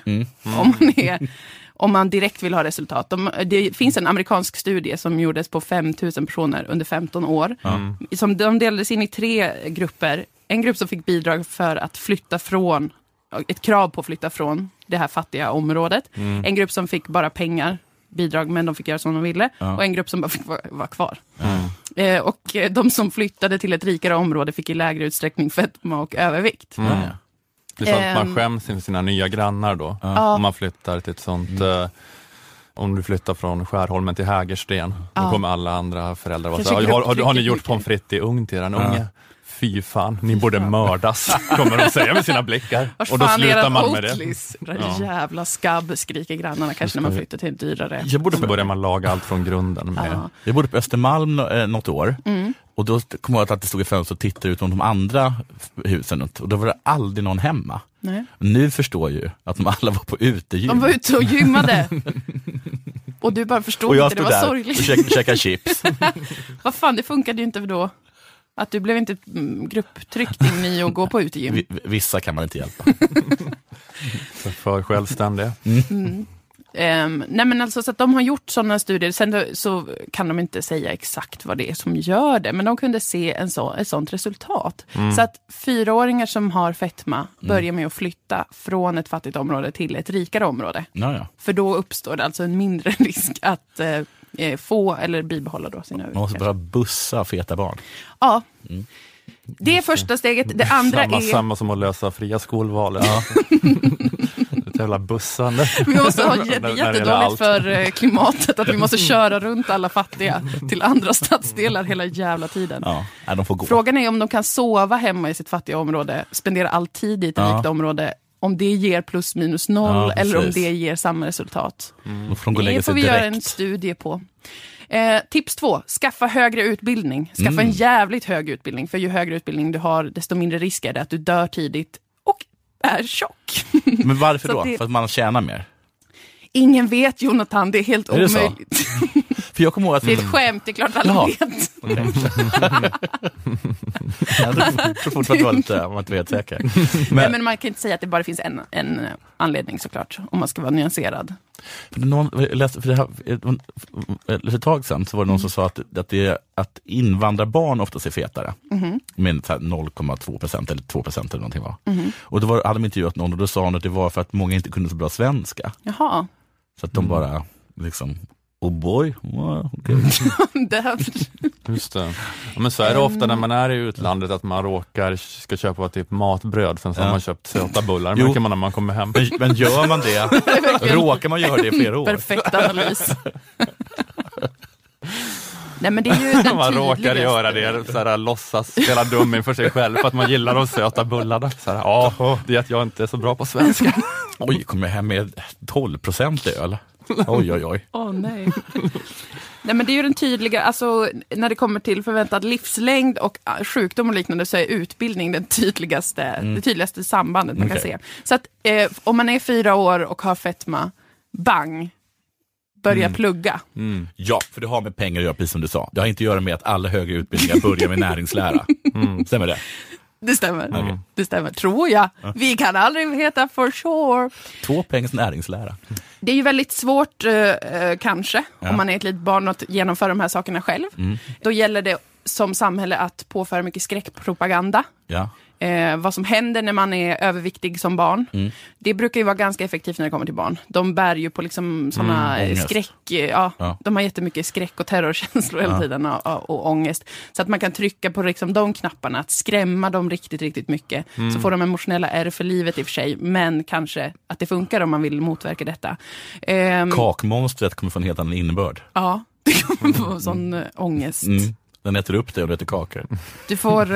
Om man direkt vill ha resultat. Det finns en amerikansk studie som gjordes på 5 000 personer under 15 år. De delades in i 3 grupper. En grupp som fick bidrag för att flytta från, ett krav på att flytta från det här fattiga området. En grupp som fick bara pengar, bidrag, men de fick göra som de ville. Och en grupp som bara fick vara kvar. Och de som flyttade till ett rikare område fick i lägre utsträckning fetma och övervikt. Det är så att man skäms inför sina nya grannar då. Om man flyttar till ett sånt... om du flyttar från Skärholmen till Hägersten, då kommer alla andra föräldrar vara så här, har ni gjort pommes frites i ugn till den unge? Fy fan, ni borde mördas, kommer de säga med sina blickar. Och då slutar man med det. Jävla skabb, skriker grannarna kanske när man flyttar till en dyrare. Så börjar man laga allt från grunden med. Jag bodde på Östermalm något år. Och då kom jag att det stod i fönstret och tittade ut om de andra husen. Och då var det aldrig någon hemma. Nej. Nu förstår jag ju att de alla var på utegym. De var ute och gymmade. Och du bara förstod inte, det var sorgligt. Och käkade chips. Vad fan, det funkade ju inte då. Att du blev inte grupptryckt in i att gå på utegym. Vissa kan man inte hjälpa. För självständiga. Nej, men alltså, så att de har gjort sådana studier. Sen så kan de inte säga exakt vad det är som gör det. Men de kunde se ett sånt resultat. Så att 4-åringar som har fetma börjar med att flytta från ett fattigt område till ett rikare område. Ja. För då uppstår det alltså en mindre risk att få eller bibehålla då sina man måste bara bussa feta barn. Ja. Det är första steget. Det andra är... Samma som att lösa fria skolval. Ett jävla bussande. Vi måste ha jättedåligt för klimatet att vi måste köra runt alla fattiga till andra stadsdelar hela jävla tiden. Ja, de får gå. Frågan är om de kan sova hemma i sitt fattiga område, spendera all tid i ett rikt område, om det ger plus minus noll eller om det ger samma resultat. Det får vi göra en studie på. Tips 2, skaffa högre utbildning. Skaffa en jävligt hög utbildning. För ju högre utbildning du har, desto mindre risk är det att du dör tidigt och är tjock. Men varför då? För att man tjänar mer? Ingen vet, Jonathan, det är helt omöjligt. För jag kommer ihåg att... Det är ett skämt, det är klart alla vet. Jag tror fortfarande att man inte vet säkert. Nej, men man kan inte säga att det bara finns en anledning såklart, om man ska vara nyanserad. För ett tag sedan så var det någon som sa att invandrarbarn ofta är fetare. Med 0,2% eller 2% eller någonting var. Och då hade de intervjuat någon och då sa hon att det var för att många inte kunde så bra svenska. Jaha. Så att de bara liksom... Oh boy. Okay. Just det. Ja, men så är det ofta när man är i utlandet att man ska köpa typ matbröd, sen så har man köpt söta bullar. Märker man när man kommer hem. Men gör man det? Råkar man göra det i flera år? Perfekt analys. Nej, men det är ju den man råkar göra det, såhär, låtsas spela dum inför sig själv för att man gillar de söta bullarna. Såhär, det är att jag inte är så bra på svenska. Oj, kommer jag hem med 12% öl? Oj. Nej. Nej, men det är ju den tydliga, alltså när det kommer till förväntad livslängd och sjukdom och liknande, så är utbildning det tydligaste sambandet man kan se. Så att om man är 4 år och har fetma, bang, börja plugga. Ja, för det har med pengar att göra, precis som du sa. Det har inte att göra med att alla högre utbildningar börjar med näringslära. Stämmer det? Det stämmer. Det stämmer, tror jag. Vi kan aldrig veta for sure. 2 poängs näringslära. Det är ju väldigt svårt kanske, om man är ett litet barn, att genomföra de här sakerna själv. Då gäller det som samhälle att påföra mycket skräckpropaganda. Ja. Vad som händer när man är överviktig som barn. Det brukar ju vara ganska effektivt när det kommer till barn. De bär ju på liksom såna skräck. De har jättemycket skräck och terrorkänslor hela tiden och ångest. Så att man kan trycka på liksom de knapparna, att skrämma dem riktigt, riktigt mycket. Så får de emotionella ärr för livet i och för sig. Men kanske att det funkar om man vill motverka detta. Kakmonstret kommer från en helt annan innebörd. Ja, det kommer på sån ångest. Den äter upp det och det äter kakor. Du får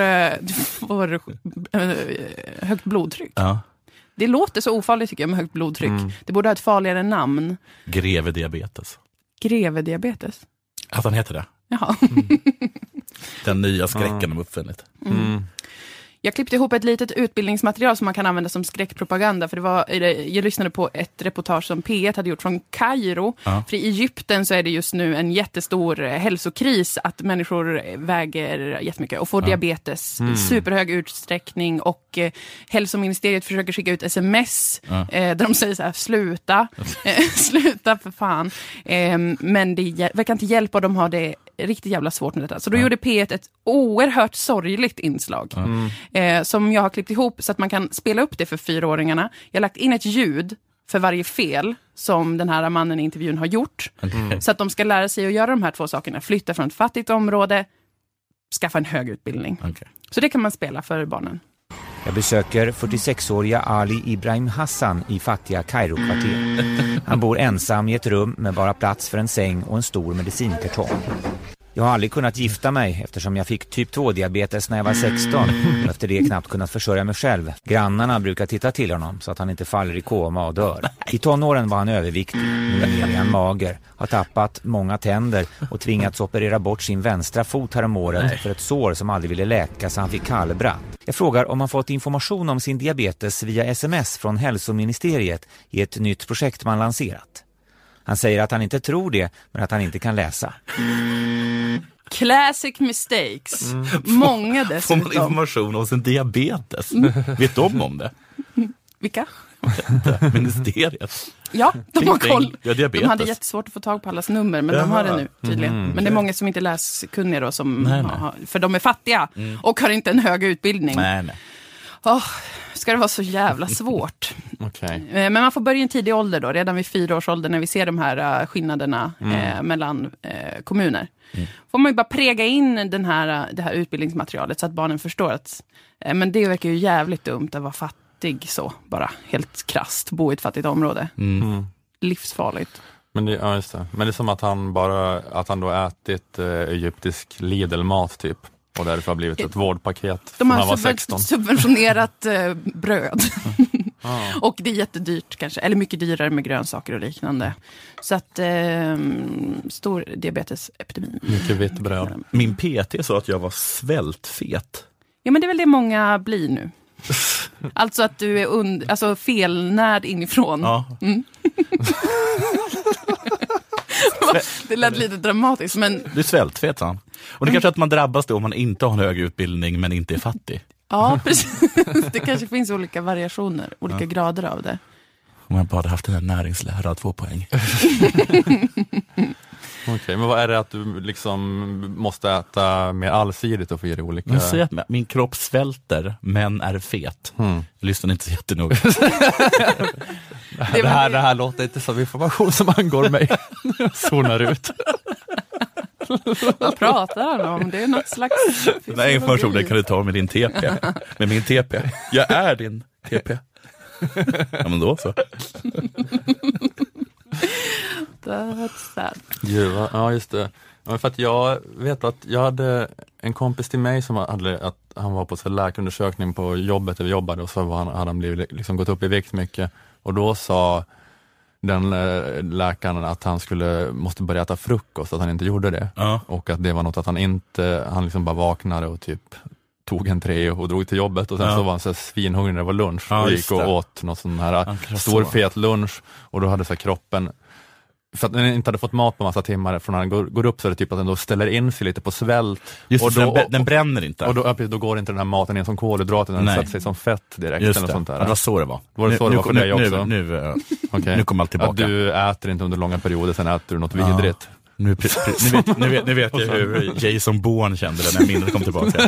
högt blodtryck. Ja. Det låter så ofarligt tycker jag med högt blodtryck. Det borde ha ett farligare namn. Greve diabetes. Greve diabetes? Att han heter det. Jaha. Den nya skräcken de uppfunnit. Jag klippte ihop ett litet utbildningsmaterial som man kan använda som skräckpropaganda. För jag lyssnade på ett reportage som P1 hade gjort från Kairo. För i Egypten så är det just nu en jättestor hälsokris att människor väger jättemycket och får diabetes i superhög utsträckning. Och hälsoministeriet försöker skicka ut sms där de säger så här, sluta för fan. Men det verkar inte hjälpa och de har det riktigt jävla svårt med detta. Så då gjorde P1 ett oerhört sorgligt inslag som jag har klippt ihop så att man kan spela upp det för 4-åringarna. Jag har lagt in ett ljud för varje fel som den här mannen i intervjun har gjort. Så att de ska lära sig att göra de här 2 sakerna. Flytta från ett fattigt område, skaffa en hög utbildning. Så det kan man spela för barnen. Jag besöker 46-åriga Ali Ibrahim Hassan i fattiga Kairo-kvarter. Han bor ensam i ett rum med bara plats för en säng och en stor medicinkartong. Jag har aldrig kunnat gifta mig eftersom jag fick typ 2-diabetes när jag var 16 och efter det knappt kunnat försörja mig själv. Grannarna brukar titta till honom så att han inte faller i koma och dör. I tonåren var han överviktig, nu är han mager, har tappat många tänder och tvingats operera bort sin vänstra fot här om året för ett sår som aldrig ville läka så han fick kallbratt. Jag frågar om han fått information om sin diabetes via sms från hälsoministeriet i ett nytt projekt man lanserat. Han säger att han inte tror det, men att han inte kan läsa. Classic mistakes. Många dessutom. Får man information om sin diabetes? Vet de om det? Vilka? Ministeriet. Ja, de har koll. De hade jättesvårt att få tag på allas nummer, men de har det nu tydligen. Men det är många som inte läser kunniga då, för de är fattiga och har inte en hög utbildning. Nej. Ska det vara så jävla svårt? Okay. Men man får börja i en tidig ålder då, redan vid 4 års ålder när vi ser de här skillnaderna mellan kommuner. Får man ju bara präga in det här utbildningsmaterialet så att barnen förstår att men det verkar ju jävligt dumt att vara fattig så, bara helt krasst, bo i ett fattigt område. Livsfarligt. Men det är som att han då ätit egyptisk Lidl-mat typ. Och därför har blivit ett vårdpaket de han var 16. Subventionerat bröd. Och det är jättedyrt kanske. Eller mycket dyrare med grönsaker och liknande. Så att stor diabetesepidemi. Mycket vitt bröd. Min PT sa att jag var svältfet. Ja, men det är väl det många blir nu. Alltså att du är felnärd inifrån. Ja. Det lät lite dramatiskt, men... Du är svältfet, han. Och det kanske att man drabbas då om man inte har en hög utbildning men inte är fattig. Ja, precis. Det kanske finns olika variationer, olika grader av det. Om man bara hade haft den här näringslära 2 poäng. Okej, men vad är det att du liksom måste äta mer allsidigt och få ge det olika... Jag säger att min kropp svälter, men är fet. Jag lyssnar inte så jättenoga. Det här låter inte som information som angår mig. Zonar ut. Vad pratar han om? Det är något slags... Den här informationen kan du ta med din TP. Med min TP. Jag är din TP. Ja, men då så. That's sad. Ja, just det. Ja, för att jag vet att jag hade en kompis till mig som att han var på så läkarundersökning på jobbet där vi jobbade och så hade han blivit, liksom, gått upp i vikt mycket. Och då sa den läkaren att han måste börja äta frukost, att han inte gjorde det. Och att det var något att han liksom bara vaknade och typ tog en tre och drog till jobbet och sen så var han så svinhungrig när det var lunch och gick och åt något sån här stor fet lunch och då hade så kroppen, för att den inte hade fått mat på massa timmar från när den går upp så är det typ att den då ställer in sig lite på svält. Just och då, den bränner inte. Och då går inte den här maten in som kolhydrater, den sätter sig som fett direkt. Just eller det. sånt där. Det var så det var. Var det så det var för dig också? Nu kommer allt tillbaka. Att du äter inte under långa perioder, sen äter du något vidrigt. Nu vet jag hur Jason Bourne kände det när minnet kom tillbaka.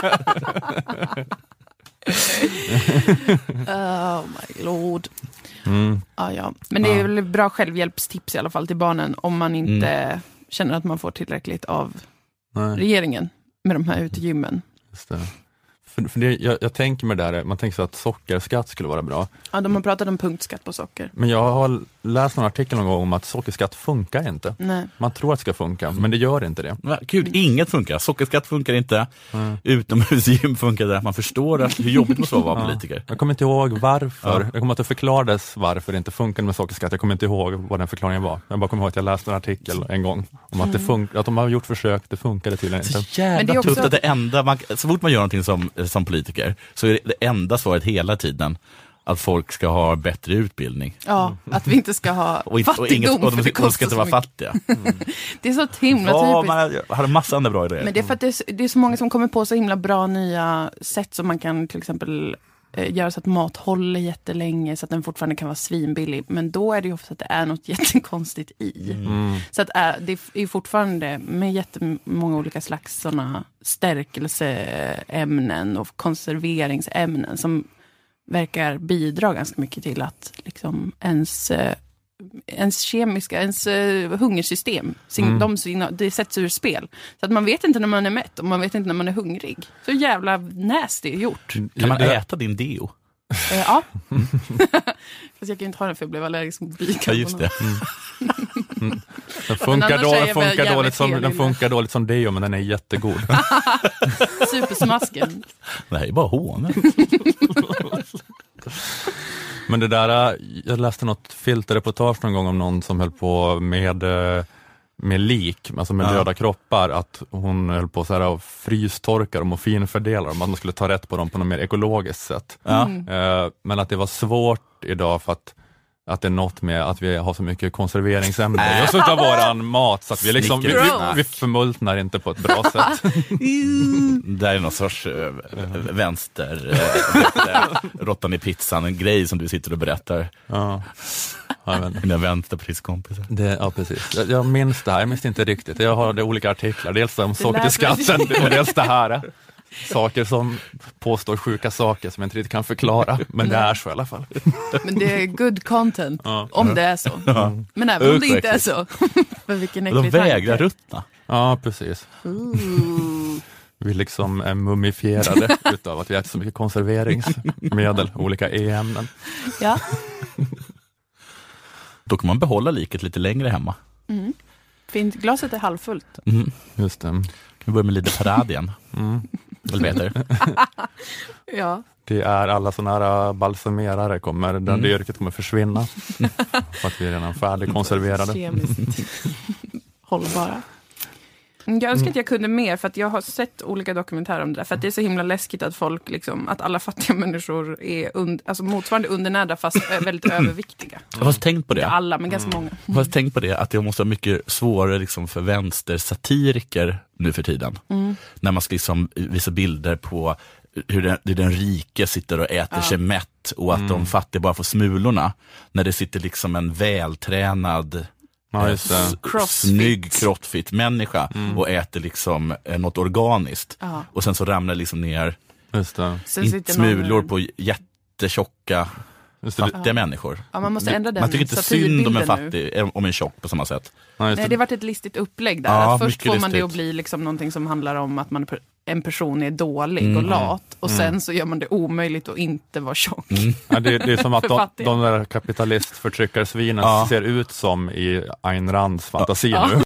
Oh my lord. Ja. Men det är väl bra självhjälpstips i alla fall till barnen om man inte känner att man får tillräckligt av regeringen med de här utegymmen. Just det. För jag tänker mig där, man tänker så att sockerskatt skulle vara bra. Ja, de har pratat om punktskatt på socker. Men jag har läst någon artikel någon gång om att sockerskatt funkar inte. Nej. Man tror att det ska funka, men det gör inte det. Gud, inget funkar. Sockerskatt funkar inte. Utomhusgym funkar det. Man förstår hur jobbigt det måste vara att vara politiker. Jag kommer inte ihåg varför. Jag kommer att det förklarades varför det inte funkar med sockerskatt. Jag kommer inte ihåg vad den förklaringen var. Jag bara kommer ihåg att jag läste en artikel en gång om att att de har gjort försök, det funkade tydligen inte. Så jävla tufft att det enda, så fort man gör någonting som som politiker, så är det enda svaret hela tiden att folk ska ha bättre utbildning. Ja, att vi inte ska ha fattigdom. Och de ska inte vara fattiga. Det är så himla typiskt. Man har en massa andra bra idéer. Men det är för att det är så många som kommer på så himla bra nya sätt som man kan till exempel göra så att mat håller jättelänge så att den fortfarande kan vara svinbillig. Men då är det ju ofta att det är något jättekonstigt i. Så att det är fortfarande med jättemånga olika slags sådana stärkelseämnen och konserveringsämnen som verkar bidra ganska mycket till att liksom ens hungersystem det sätts ur spel. Så att man vet inte när man är mätt och man vet inte när man är hungrig. Så jävla nasty gjort. Kan man äta din deo? Ja. Fast jag kan inte ha den för jag blev allergisk mot bikarbonat. Ja, just det. Den funkar dåligt som deo, men den är jättegod. Supersmasken. Det här är bara honor. Men det där, jag läste något filterreportage någon gång om någon som höll på med lik, alltså med döda kroppar, att hon höll på så här och frystorkar dem och finfördelar dem, att man skulle ta rätt på dem på något mer ekologiskt sätt. Men att det var svårt idag för att det är något med att vi har så mycket konserveringsämnen just utav våran mat så att vi liksom vi förmultnar inte på ett bra sätt. Det är någon sorts vänster råttan i pizzan, en grej som du sitter och berättar. Ja. Mina vänsterpriskompisar. Ja, precis. Jag minns det här, jag minns inte riktigt. Jag har det olika artiklar, dels om saker till skatten och dels det här. Saker som påstår sjuka saker som jag inte riktigt kan förklara, men det är så i alla fall. Men det är good content om det är så. Men även om det inte är så. För vilken äcklig de vägrar ruttna. Ja, precis. Vi liksom är mumifierade utav att vi äter så mycket konserveringsmedel, olika e-ämnen. Ja. Då kan man behålla liket lite längre hemma. Fint, glaset är halvfullt. Just det. Kan vi börja med lite paradien? Eller vet du? Ja. Det är alla sådana här balsamerare det yrket kommer försvinna. För att vi är redan färdigkonserverade. Kemiskt hållbara. Jag önskar att jag kunde mer för att jag har sett olika dokumentärer om det där. För att det är så himla läskigt att folk liksom, att alla fattiga människor är alltså motsvarande undernärda fast väldigt överviktiga. Jag har tänkt på det. Alla, men ganska många. Jag har tänkt på det att det måste vara mycket svårare liksom för vänstersatiriker nu för tiden. När man ska liksom visa bilder på hur den rike sitter och äter sig mätt och att de fattiga bara får smulorna. När det sitter liksom en vältränad snygg crossfit-människa och äter liksom något organiskt. Och sen så ramlar liksom ner smulor på jättetjocka fattiga människor. Ja, man måste ändra den. Man tycker inte synd om en fattig, om en tjock på samma sätt. Nej, det har varit ett listigt upplägg där. Först får man det att bli liksom någonting som handlar om att en person är dålig och lat. Och sen så gör man det omöjligt att inte vara tjock. Ja, det är som att de där kapitalistförtryckarsvinen ser ut som i Ayn Rands fantasi nu.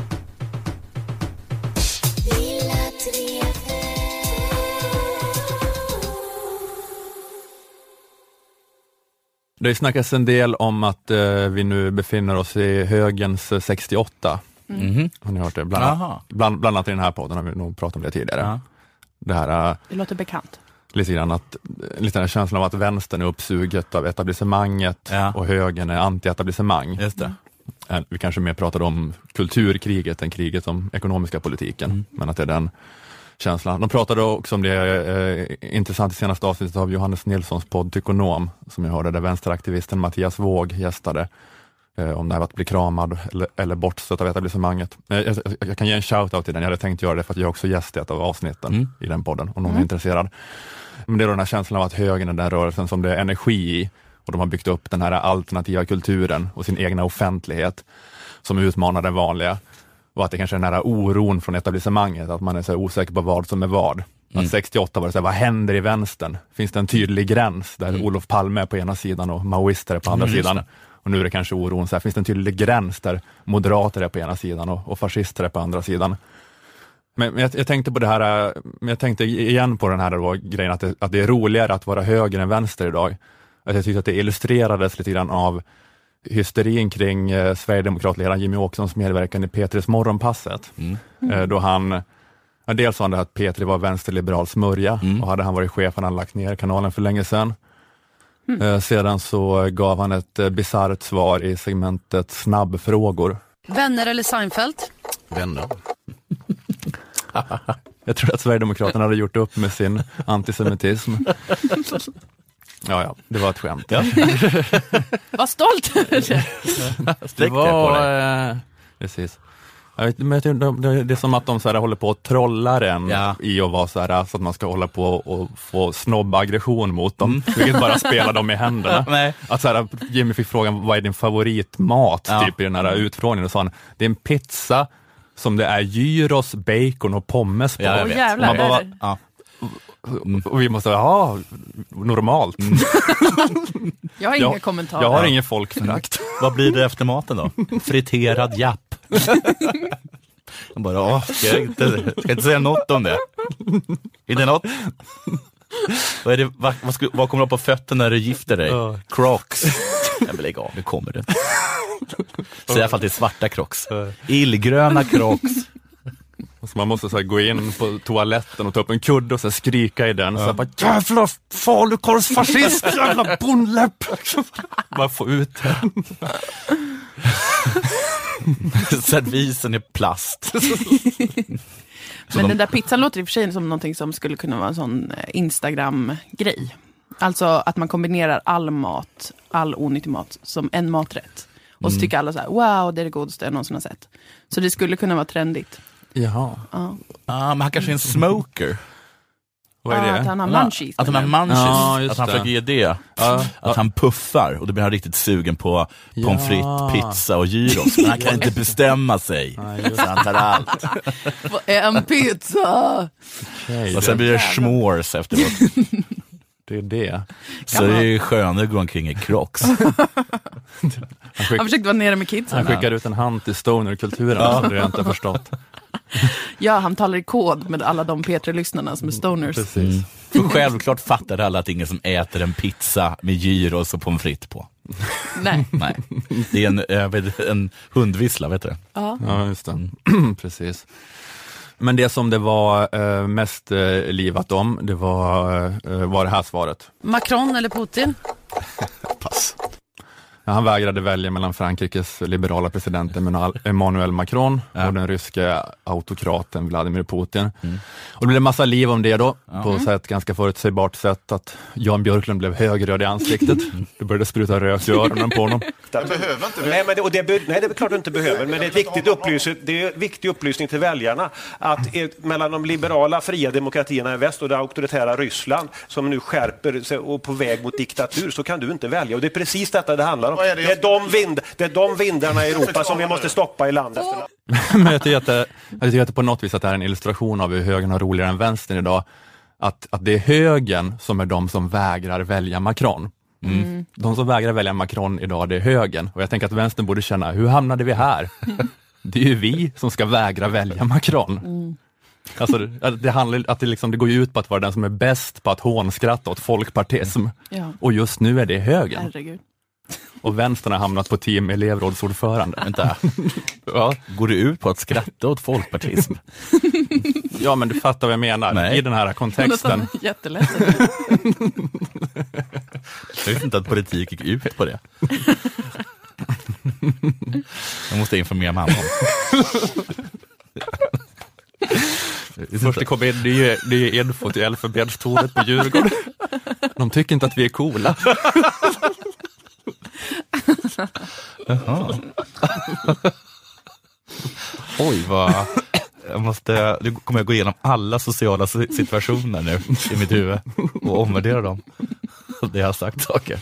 Det snackas en del om att vi nu befinner oss i högens 68. Har ni hört det? Bland annat i den här podden har vi nog pratat om det tidigare. Det låter bekant. Lite grann den känslan av att vänstern är uppsuget av etablissemanget och högern är anti-etablissemang. Just det. Vi kanske mer pratade om kulturkriget än kriget om ekonomiska politiken. Men att det är den känslan. De pratade också om det intressant i senaste avsnittet av Johannes Nilssons podd Tykonom, som jag hörde, där vänsteraktivisten Mattias Våg gästade, om det här att bli kramad eller bortstött av etablissemanget. Jag kan ge en shoutout till den, jag hade tänkt göra det för att jag också gästat av avsnitten i den podden, om någon är intresserad. Men det är då den här känslan av att högern är den rörelsen som det är energi i, och de har byggt upp den här alternativa kulturen och sin egna offentlighet som utmanar den vanliga. Och att det kanske är den här oron från etablissemanget, att man är så osäker på vad som är vad. Att 68 var det så här, vad händer i vänstern? Finns det en tydlig gräns där Olof Palme är på ena sidan och maoister är på andra sidan? Och nu är det kanske oron så här, finns det en tydlig gräns där moderater är på ena sidan och fascister är på andra sidan? Men jag tänkte på det här, jag tänkte igen på den här då, grejen att det är roligare att vara höger än vänster idag. Att jag tyckte att det illustrerades lite grann av hysterin kring Sverigedemokratledaren Jimmy Åkessons medverkan i P3s Morgonpasset. Då han Ja, dels sa han att Petri var vänsterliberal smörja och hade han varit chef hade han lagt ner kanalen för länge sedan. Sedan så gav han ett bisarrt svar i segmentet snabbfrågor. Vänner eller Seinfeld? Vänner. Jag tror att Sverigedemokraterna hade gjort upp med sin antisemitism. Ja, det var ett skämt. Ja. Var stolt över det. Det var... precis. Jag vet, men det är som att de så här håller på att trolla den i att vara så här, så att man ska hålla på och få snobbaggression mot dem. Vilket bara spelar dem i händerna. Nej. Att så här, Jimmy fick frågan, vad är din favoritmat typ i den här utfrågningen? Och sa han, det är en pizza som det är gyros, bacon och pommes på. Ja, jävlar. Man bara, och vi måste normalt. Jag har inga kommentarer. Jag har ingen folkförakt. Vad blir det efter maten då? Friterad japp. Jag bara, ska inte säga något om det. Är det något? Vad kommer du på fötterna när du gifter dig? Crocs. Jag vill lägga av, det kommer det. Så i alla fall det är svarta Crocs. Illgröna Crocs. Så man måste så här, gå in på toaletten och ta upp en kudde och så här, skrika i den. Så här, bara, jävla falukorvsfascist, jävla bondläpp. Bara få ut den. Servisen är plast. Men den där pizzan låter i och för sig som någonting som skulle kunna vara en sån Instagram-grej. Alltså att man kombinerar all onyttig mat som en maträtt. Och så tycker alla så här, wow, det är det godaste jag någonsin har sett. Så det skulle kunna vara trendigt. Jaha. Men han kanske är en smoker. Vad är det? Att han har munchies. Att han har munchies. Ja, att han försöker ge det. Att han puffar och då blir han riktigt sugen på pommes frites, pizza och gyros. Men han kan inte bestämma sig. Så han tar allt. En pizza! Okay, och sen blir det s'mores efteråt. Det är det. Så det är skönare att gå omkring i Crocs. Han försökte vara nere med kidsen. Han skickar ut en hand till stoner-kulturen som du inte har förstått. Ja, han talar i kod med alla de P3-lyssnarna som är stoners. Precis. För självklart fattar alla att ingen som äter en pizza med gyros och pommes frites på. Nej. Det är en hundvissla, vet du? Ja, just det. Precis. Men det som det var mest livat om, det var det här svaret. Macron eller Putin? Pass. Han vägrade välja mellan Frankrikes liberala president Emmanuel Macron och den ryska autokraten Vladimir Putin. Och det blev en massa liv om det då, på ett ganska förutsägbart sätt att Jan Björklund blev högröd i ansiktet. Det började spruta rök i öronen på honom. Det behöver inte. Nej, det är klart du inte behöver, men det är en viktig upplysning till väljarna att mellan de liberala fria demokratierna i väst och det auktoritära Ryssland som nu skärper sig och på väg mot diktatur, så kan du inte välja. Och det är precis detta det handlar om. Det är de vindarna i Europa som vi måste stoppa i landet. Men jag tycker att på något vis att det är en illustration av hur högern har roligare än vänstern idag. Att det är högern som är de som vägrar välja Macron. De som vägrar välja Macron idag, det är högern. Och jag tänker att vänstern borde känna, hur hamnade vi här? Det är ju vi som ska vägra välja Macron. Alltså, det handlar att det går ju ut på att vara den som är bäst på att hånskratta åt folkpartism. Ja. Och just nu är det högern. Herregud. Och vänstern har hamnat på team elevrådsordförande. Vänta. Går det ut på att skratta åt folkpartism? Ja, men du fattar vad jag menar. Nej. I den här kontexten. Jättelätt. Jag vet inte att politik gick ut på det. Jag måste informera mamma om. Först kom in, det är info till Elfenbenstornet på Djurgården. De tycker inte att vi är coola. Oj, nu kommer jag gå igenom alla sociala situationer nu i mitt huvud och omvärdera dem. Det jag har sagt saker.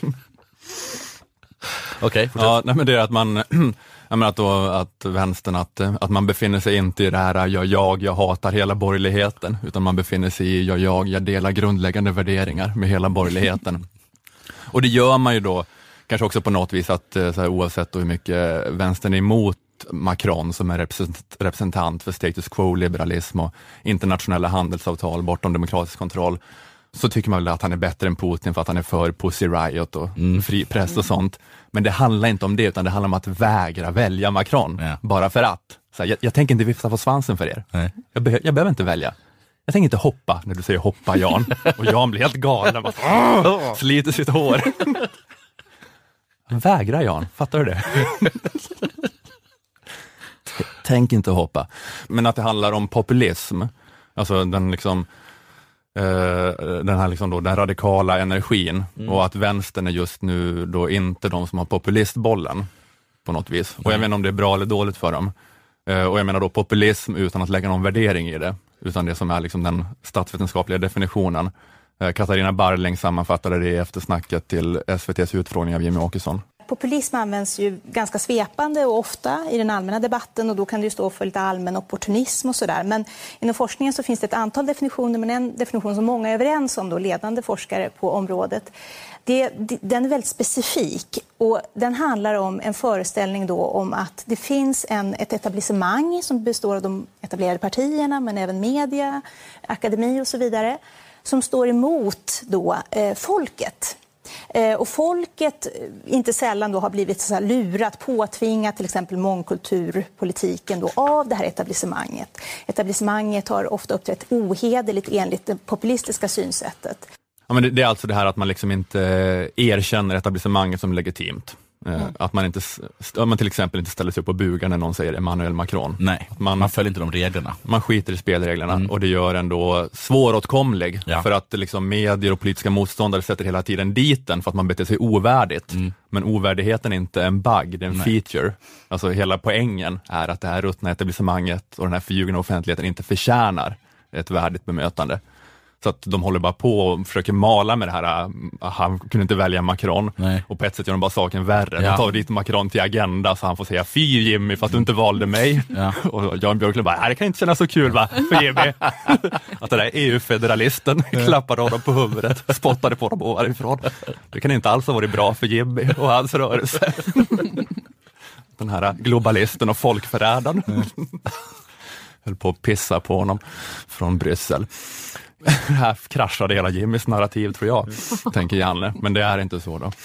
Okej, ja, nej, men det är att man att vänstern att man befinner sig inte i det här jag hatar hela borgerligheten, utan man befinner sig i jag delar grundläggande värderingar med hela borgerligheten. Och det gör man ju då kanske också på något vis att så här, oavsett hur mycket vänstern är emot Macron som är representant för status quo, liberalism och internationella handelsavtal bortom demokratisk kontroll, så tycker man väl att han är bättre än Putin för att han är för Pussy Riot och fri press och sånt. Men det handlar inte om det, utan det handlar om att vägra välja Macron. Bara för att. Så här, jag tänker inte vifta på svansen för er. Nej. Jag behöver inte välja. Jag tänker inte hoppa när du säger hoppa, Jan. Och Jan blir helt galen. Bara, sliter sitt hår. Vägra, Jan. Fattar du det? Tänk inte hoppa. Men att det handlar om populism. Alltså den liksom... den här liksom då, den radikala energin och att vänstern är just nu då inte de som har populistbollen på något vis. Och jag menar om det är bra eller dåligt för dem. Och jag menar då populism utan att lägga någon värdering i det, utan det som är liksom den statsvetenskapliga definitionen. Katarina Barling sammanfattade det efter snacket till SVT:s utfrågning av Jimmy Åkesson. Populism används ju ganska svepande och ofta i den allmänna debatten, och då kan det ju stå för lite allmän opportunism och sådär. Men inom forskningen så finns det ett antal definitioner, men en definition som många är överens om, då, ledande forskare på området, den är väldigt specifik, och den handlar om en föreställning då om att det finns ett etablissemang som består av de etablerade partierna, men även media, akademi och så vidare, som står emot då folket. Och folket inte sällan då har blivit så här lurat, påtvingat till exempel mångkulturpolitiken då av det här etablissemanget. Etablissemanget har ofta uppträtt ohederligt enligt det populistiska synsättet. Ja, men det är alltså det här att man liksom inte erkänner etablissemanget som legitimt. Att man till exempel inte ställer sig upp och bugar när någon säger Emmanuel Macron. Nej, man följer inte de reglerna. Man skiter i spelreglerna och det gör en då svåråtkomlig. För att liksom medier och politiska motståndare sätter hela tiden dit den för att man beter sig ovärdigt. Men ovärdigheten är inte en bug, det är en feature. Alltså hela poängen är att det här ruttna etablissemanget och den här förljugna offentligheten inte förtjänar ett värdigt bemötande. Så att de håller bara på och försöker mala med det här, han kunde inte välja Macron. Nej. Och på ett sätt gör de bara saken värre. De tar dit Macron till Agenda så han får säga fy Jimmy för att du inte valde mig. Och Jan Björklund bara, det kan inte kännas så kul va, för Jimmy. Att den där EU-federalisten klappade honom på huvudet, spottade på dem ovanifrån. Det kan inte alls ha varit bra för Jimmy och hans rörelse. Den här globalisten och folkförrädaren höll på att pissa på honom från Bryssel. Här kraschade hela Jimmys narrativ tror jag, tänker Janne, men det är inte så då.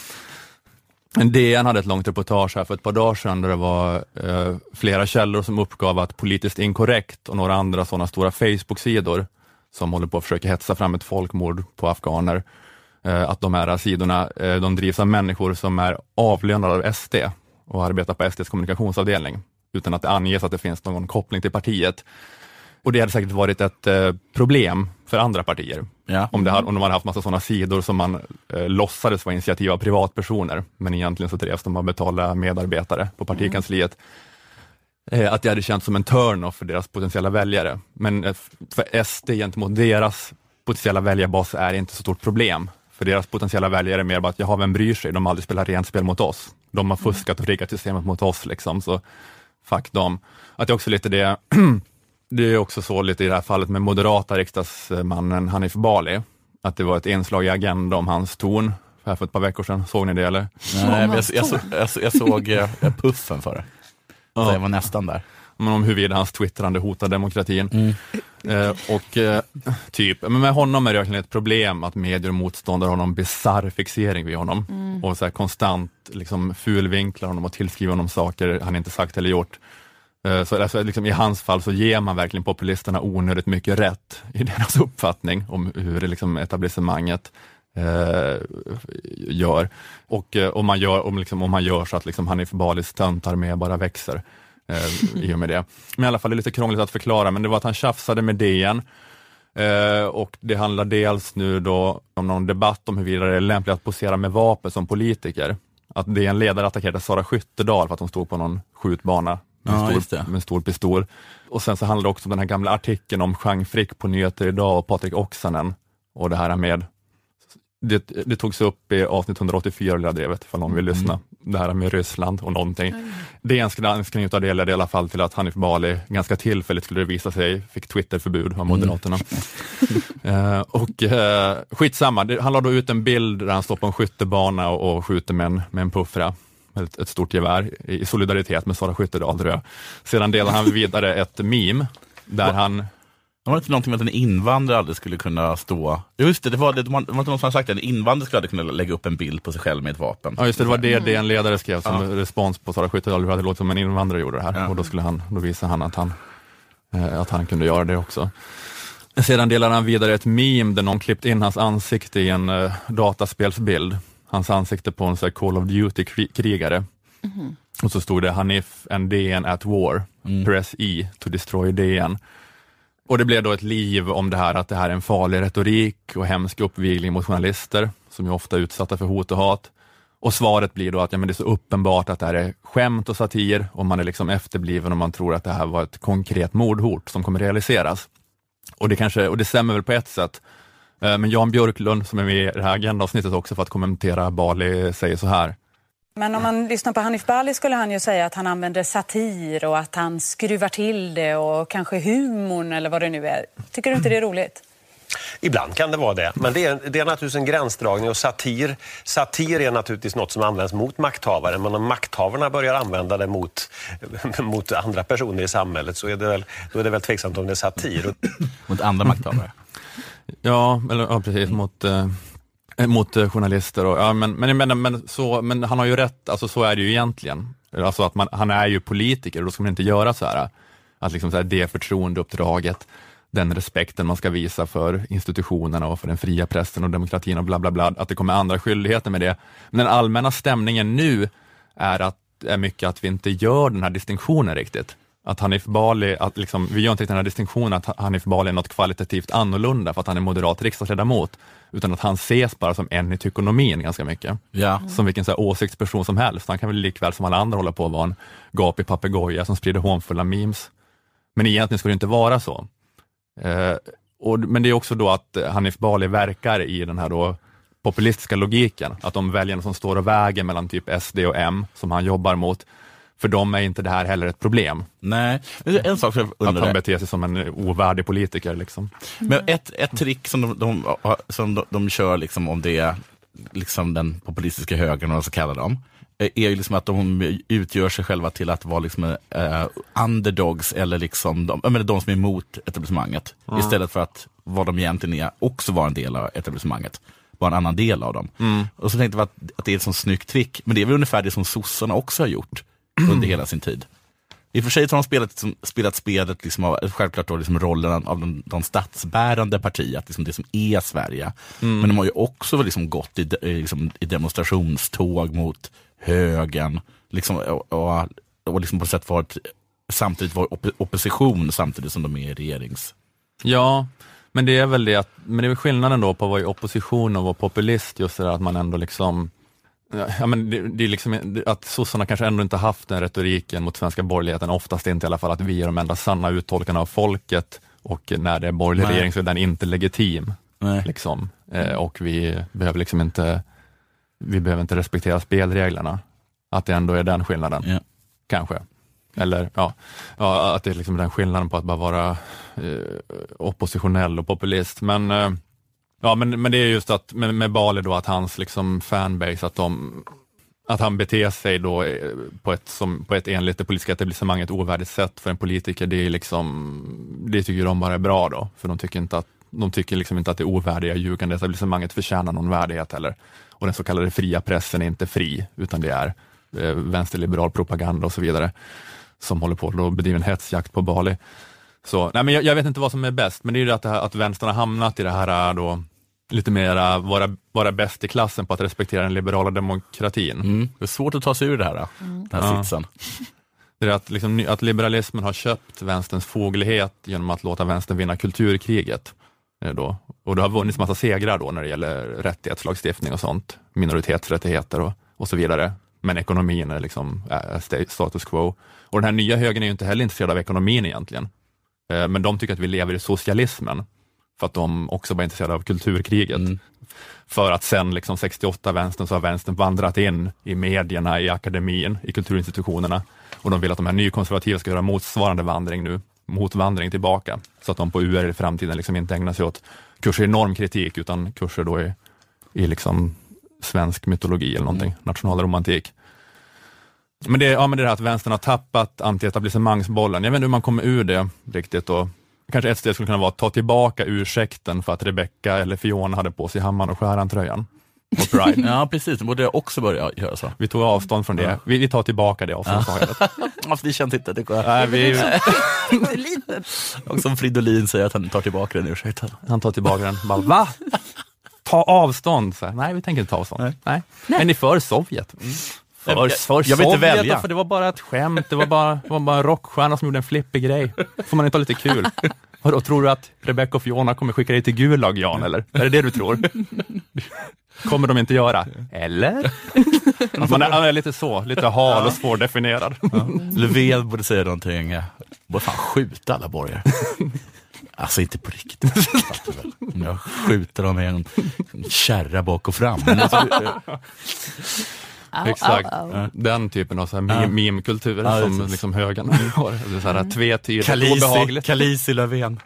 DN hade ett långt reportage här för ett par dagar sedan där det var flera källor som uppgav att Politiskt inkorrekt och några andra sådana stora Facebook-sidor som håller på att försöka hetsa fram ett folkmord på afghaner, att de här sidorna de drivs av människor som är avlönade av SD och arbetar på SDs kommunikationsavdelning utan att det anges att det finns någon koppling till partiet. Och det hade säkert varit ett problem för andra partier. Ja. Om de hade haft massa sådana sidor som man låtsades vara initiativ av privatpersoner. Men egentligen så drevs de att betala medarbetare på partikansliet. Att det hade känts som en turn-off för deras potentiella väljare. Men för SD gentemot deras potentiella väljarbas är inte så stort problem. För deras potentiella väljare är mer bara att vem bryr sig? De har aldrig spelat rent spel mot oss. De har fuskat och riggat systemet mot oss liksom. Så fuck dem. Att det är också lite det... Det är också så lite i det här fallet med moderata riksdagsmannen Hanif Bali, att det var ett inslag i Agenda om hans ton här för ett par veckor sedan. Såg ni det eller? Nej, men jag såg puffen för det. Så jag var nästan där. Men om huruvida hans twittrande hotar demokratin. Typ, men med honom är det verkligen ett problem att medier och motståndare har någon bizarr fixering vid honom. Och så här konstant liksom fulvinklar honom och tillskriver honom saker han inte sagt eller gjort. Så alltså, liksom, i hans fall så ger man verkligen populisterna onödigt mycket rätt i deras uppfattning om hur det liksom etablissemanget gör. Och om man gör så att liksom Hanif Balis stuntarmé bara växer i och med det. Men i alla fall är det lite krångligt att förklara, men det var att han tjafsade med DN. Och det handlar dels nu då om någon debatt om huruvida det är lämpligt att posera med vapen som politiker. Att DN ledare attackerade Sara Skyttedal för att hon stod på någon skjutbana med en stor pistol. Och sen så handlar det också om den här gamla artikeln om Jean Frick på Nyheter idag och Patrik Oksanen. Och det här med, det togs upp i avsnitt 184 av drevet, ifall någon vill lyssna. Det här med Ryssland och någonting. Det är en granskning av det ledde i alla fall till att Hanif Bali ganska tillfälligt skulle det visa sig fick Twitterförbud av Moderaterna. Skitsamma, han la då ut en bild där han står på en skyttebana och skjuter med en puffra. Ett stort gevär i solidaritet med Sara Skyttedal tror jag. Sedan delar han vidare ett meme där han... Det var inte någonting med att en invandrare aldrig skulle kunna stå... Just det var inte någon som hade sagt att en invandrare skulle kunna lägga upp en bild på sig själv med ett vapen. Ja, just det var det en ledare skrev som respons på Sara Skyttedal. Det hade låtit som en invandrare gjorde det här. Ja. Och då visade han att han kunde göra det också. Sedan delade han vidare ett meme där någon klippt in hans ansikte i en dataspelsbild. Hans ansikte på en så här Call of Duty-krigare. Mm. Och så stod det Hanif and DN at war. Press E to destroy DN. Och det blev då ett liv om det här att det här är en farlig retorik och hemsk uppvigling mot journalister som är ofta utsatta för hot och hat. Och svaret blir då att men det är så uppenbart att det här är skämt och satir och man är liksom efterbliven och man tror att det här var ett konkret mordhot som kommer realiseras. Och det stämmer väl på ett sätt. Men Jan Björklund som är med i det här agendaavsnittet också för att kommentera Bali säger så här. Men om man lyssnar på Hanif Bali skulle han ju säga att han använder satir och att han skruvar till det och kanske humorn eller vad det nu är. Tycker du inte det är roligt? Ibland kan det vara det, men det är naturligtvis en gränsdragning och satir är naturligtvis något som används mot makthavare, men om makthavarna börjar använda det mot andra personer i samhället så är det väl tveksamt om det är satir. Mot andra makthavare? Ja, precis, mot journalister och, men han har ju rätt, alltså så är det ju egentligen. Alltså att han är ju politiker och då ska man inte göra så här att liksom så här, det förtroendeuppdraget, den respekten man ska visa för institutionerna och för den fria pressen och demokratin och bla bla bla, att det kommer andra skyldigheter med det. Men den allmänna stämningen nu är mycket att vi inte gör den här distinktionen riktigt. Att Hanif Bali, vi gör inte riktigt den här distinktionen att Hanif Bali är något kvalitativt annorlunda för att han är moderat riksdagsledamot, utan att han ses bara som en i tykonomin ganska mycket. Ja. Som vilken så här åsiktsperson som helst. Han kan väl likväl som alla andra hålla på att vara en gapig papegoja som sprider hånfulla memes. Men egentligen skulle det inte vara så. Men det är också då att Hanif Bali verkar i den här då populistiska logiken. Att de väljarna som står och väger mellan typ SD och M som han jobbar mot, för dem är inte det här heller ett problem. Nej, det är en sak jag undrar. Att han beter sig som en ovärdig politiker liksom. Men ett trick som de kör liksom, om det är liksom den populistiska högern och så kallar de, är ju liksom att de utgör sig själva till att vara liksom underdogs eller liksom de som är emot etablissemanget. Istället för att vad de egentligen är också vara en del av etablissemanget. Var en annan del av dem. Och så tänkte jag att det är ett sånt snyggt trick, men det är väl ungefär det som sossarna också har gjort under hela sin tid. I och för sig har de spelat spelet liksom självklart då liksom rollen av de statsbärande partiet, liksom det som är Sverige. Men de har ju också liksom gått i demonstrationståg mot högern liksom, och liksom på sätt samtidigt var opposition samtidigt som de är regerings. Ja, men det är väl det men det är väl skillnaden då på att vara i opposition och vara populist, just det där att man ändå liksom det är liksom att sossarna kanske ändå inte haft den retoriken mot svenska borgerligheten, oftast inte i alla fall att vi är de enda sanna uttolkarna av folket och när det är borgerlig regering så är den inte legitim. Liksom. Och vi behöver liksom inte respektera spelreglerna. Att det ändå är den skillnaden. Kanske. Eller att det är liksom den skillnaden på att bara vara oppositionell och populist. Men det är just att med Bali då att hans liksom fanbase att han beter sig då på ett enligt det politiska etablissemanget ovärdigt sätt för en politiker, det tycker de bara är bra då, för de tycker liksom inte att det ovärdiga ljugande etablissemanget förtjänar någon värdighet heller. Och den så kallade fria pressen är inte fri, utan det är vänsterliberal propaganda och så vidare som håller på att bedriva en hetsjakt på Bali. Så, nej, men jag vet inte vad som är bäst, men det är ju att vänstern har hamnat i det här då lite mer vara bäst i klassen på att respektera den liberala demokratin. Det är svårt att ta sig ur det här, den här sitsen. Det är att liberalismen har köpt vänsterns foglighet genom att låta vänstern vinna kulturkriget. Då. Och det har vunnits massa segrar då när det gäller rättighetslagstiftning och sånt, minoritetsrättigheter och så vidare. Men ekonomin är liksom status quo. Och den här nya högern är ju inte heller intresserad av ekonomin egentligen. Men de tycker att vi lever i socialismen. För att de också var intresserade av kulturkriget. För att sen liksom 68 vänstern så har vänstern vandrat in i medierna, i akademin, i kulturinstitutionerna. Och de vill att de här nykonservativa ska göra motsvarande vandring nu. Motvandring tillbaka. Så att de på UR i framtiden liksom inte ägnar sig åt kurser i normkritik utan kurser då i liksom svensk mytologi eller någonting. Nationalromantik. Men det är det här att vänstern har tappat anti-etablissemangsbollen. Jag vet inte hur man kommer ur det riktigt. Och kanske ett steg skulle kunna vara att ta tillbaka ursäkten för att Rebecca eller Fiona hade på sig Hammar och Skäran-tröjan. Och Pride. Ja, precis. Det borde också börja göra så. Vi tog avstånd från det. Vi tar tillbaka det avståndstagandet. Ja, det känns inte. Det går. Nej, vi... Och som Fridolin säger att han tar tillbaka den ursäkten. Han tar tillbaka den. Bara, va? Ta avstånd. Så här, nej, vi tänker inte ta avstånd. Nej. Men ni för Sovjet. Jag vill inte välja. För det var bara ett skämt. Det var bara en rockstjärna som gjorde en flippig grej. Får man inte ha lite kul? Och då tror du att Rebecca och Fiona kommer skicka dig till Gulag, Jan, eller? Är det du tror? Kommer de inte göra? Eller? Man är lite så, lite hal och svårdefinierad. Löfven borde säga någonting. Borde fan skjuta alla borgare. Alltså inte på riktigt. Jag skjuter dem med en kärra bak och fram. Exakt. Den typen av så här meme-kultur som liksom högern har. Det är så här tvetydigt, obehagligt. Kalisi Löfven.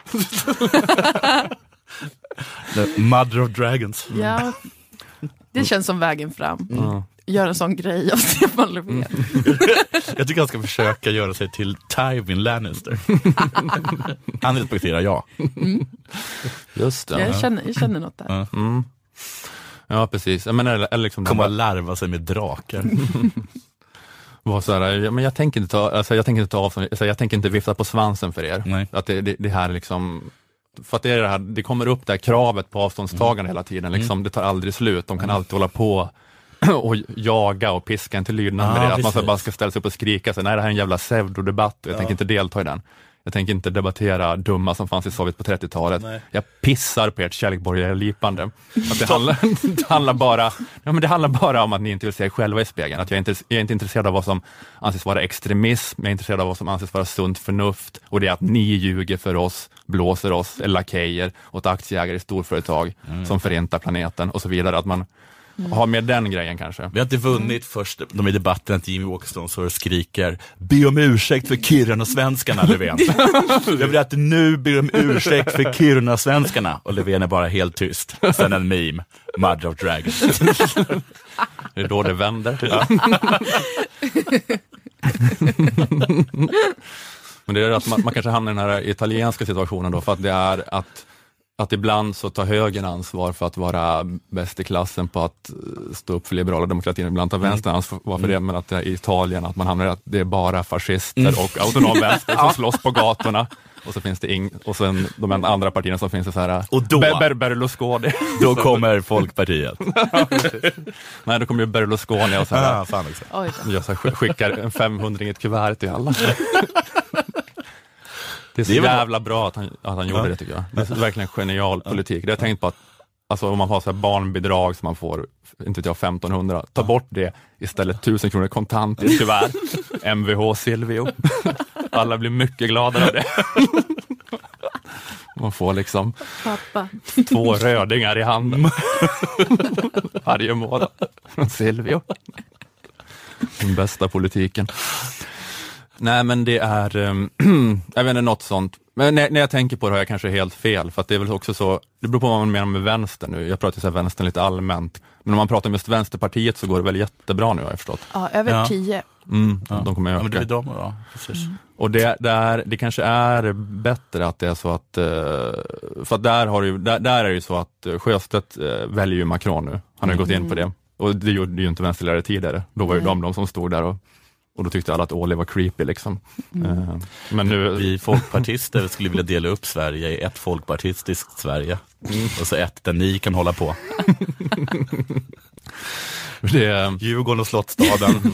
The Mother of Dragons. Ja, det känns som vägen fram. Gör en sån grej av Stefan Löfven. Jag tycker han ska försöka göra sig till Tywin Lannister. Han respekterar jag. Just det. Jag känner något där. Ja, precis. Men eller liksom kommer att larva sig med drakar. Var så här, men jag tänker inte jag tänker inte vifta på svansen för er. Nej. Att det här liksom, för att det kommer upp det här kravet på avståndstagande hela tiden liksom, det tar aldrig slut. De kan alltid hålla på och jaga och piska en till lydnad med det. Att man så bara ska ställa sig upp och skrika sig, nej, det här är en jävla pseudodebatt. Jag tänker inte delta i den. Jag tänker inte debattera dumma som fanns i Sovjet på 30-talet. Nej. Jag pissar på ert kärleksborgerliga lipande. Att det handlar bara om att ni inte vill se er själva i spegeln. Att jag är inte intresserad av vad som anses vara extremism. Jag är intresserad av vad som anses vara sunt förnuft. Och det är att ni ljuger för oss, blåser oss, eller lakejer åt aktieägare i storföretag som förintar planeten och så vidare. Att man har med den grejen kanske. Vi har inte vunnit först de i debatten att Jimmy Åkesson så skriker be om ursäkt för Kiruna-svenskarna, Löfven. Jag vill att nu be om ursäkt för Kiruna-svenskarna. Och Löfven är bara helt tyst. Sen en meme, Mother of Dragons. Det är då det vänder. Ja. Men det är att man kanske hamnar i den här italienska situationen då, för att det är att ibland så tar högern ansvar för att vara bäst i klassen på att stå upp för liberala demokratin. Ibland tar vänstern ansvar för det, men att det är i Italien att man hamnar i att det är bara fascister och autonom vänster som slåss på gatorna. Och så finns det och sen de andra partierna som finns det så här. Och då Berlusconi. Då kommer Folkpartiet. Nej, då kommer ju Berlusconi och så här. Skickar en 500 i ett kuvert till alla. Det är så jävla bra att han gjorde det, tycker jag. Det är verkligen genial politik. Det har jag tänkt på att alltså, om man har så här barnbidrag som man får, inte vet jag, 1500, ta bort det istället 1000 kronor kontant i kuvert. MVH Silvio. Alla blir mycket gladare av det. Man får liksom 2 rödingar i handen varje månad från Silvio. Den bästa politiken. Nej, men det är, jag vet inte, något sånt. Men när jag tänker på det har jag kanske helt fel. För att det är väl också så, det beror på vad man menar med vänster nu. Jag pratar så här vänstern lite allmänt. Men om man pratar om just Vänsterpartiet så går det väl jättebra nu, har jag förstått. Ja, över 10. De kommer öka. Ja, men det är de, ja. Precis. Och det kanske är bättre att det är så att, för att där är det ju så att Sjöstedt väljer ju Macron nu. Han har gått in på det. Och det gjorde ju inte vänsterledare tidigare. Då var ju de som stod där och då tyckte alla att Åhle var creepy liksom. Men nu... Vi folkpartister skulle vilja dela upp Sverige i ett folkpartistiskt Sverige. Och så ett där ni kan hålla på. Djurgården och Slottstaden.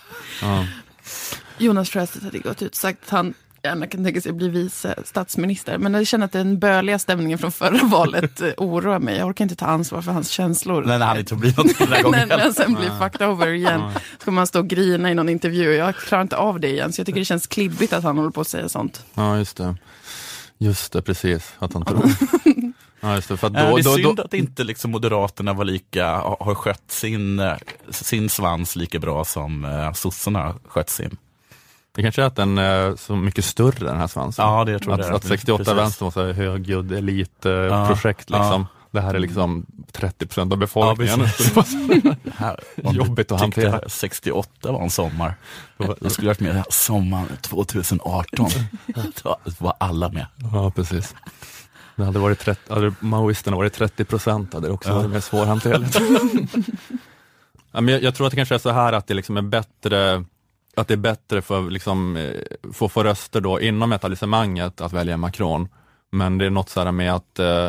Jonas Sjöstedt hade gått ut och sagt att han gärna kan tänka sig bli vice statsminister. Men jag känner att den böliga stämningen från förra valet oroar mig. Jag orkar inte ta ansvar för hans känslor. Nej, han inte blir något den här gången. När sen blir fucked over igen. Ska man stå och grina i någon intervju. Jag klarar inte av det igen. Så jag tycker det känns klibbigt att han håller på att säga sånt. Ja, just det. Just det, precis. Att han tror. Ja, just det. För att det är synd att inte liksom Moderaterna har skött sin svans lika bra som sossarna har skött sin. Det kanske är att den är så mycket större, den här svansen. Ja, det tror jag. Att 68 vänster var så högljudd elitprojekt liksom. Det här är liksom 30% av befolkningen. Jobbigt att hantera. 68 var en sommar. Då skulle jag varit med sommaren 2018. Då var alla med. Ja, precis. Det hade varit hade maoisterna varit 30%, hade det också varit mer svårhanterligt. Ja, men jag tror att det kanske är så här att det liksom är bättre, att det är bättre för liksom få röster då inom etablissemanget att välja Macron. Men det är något så här med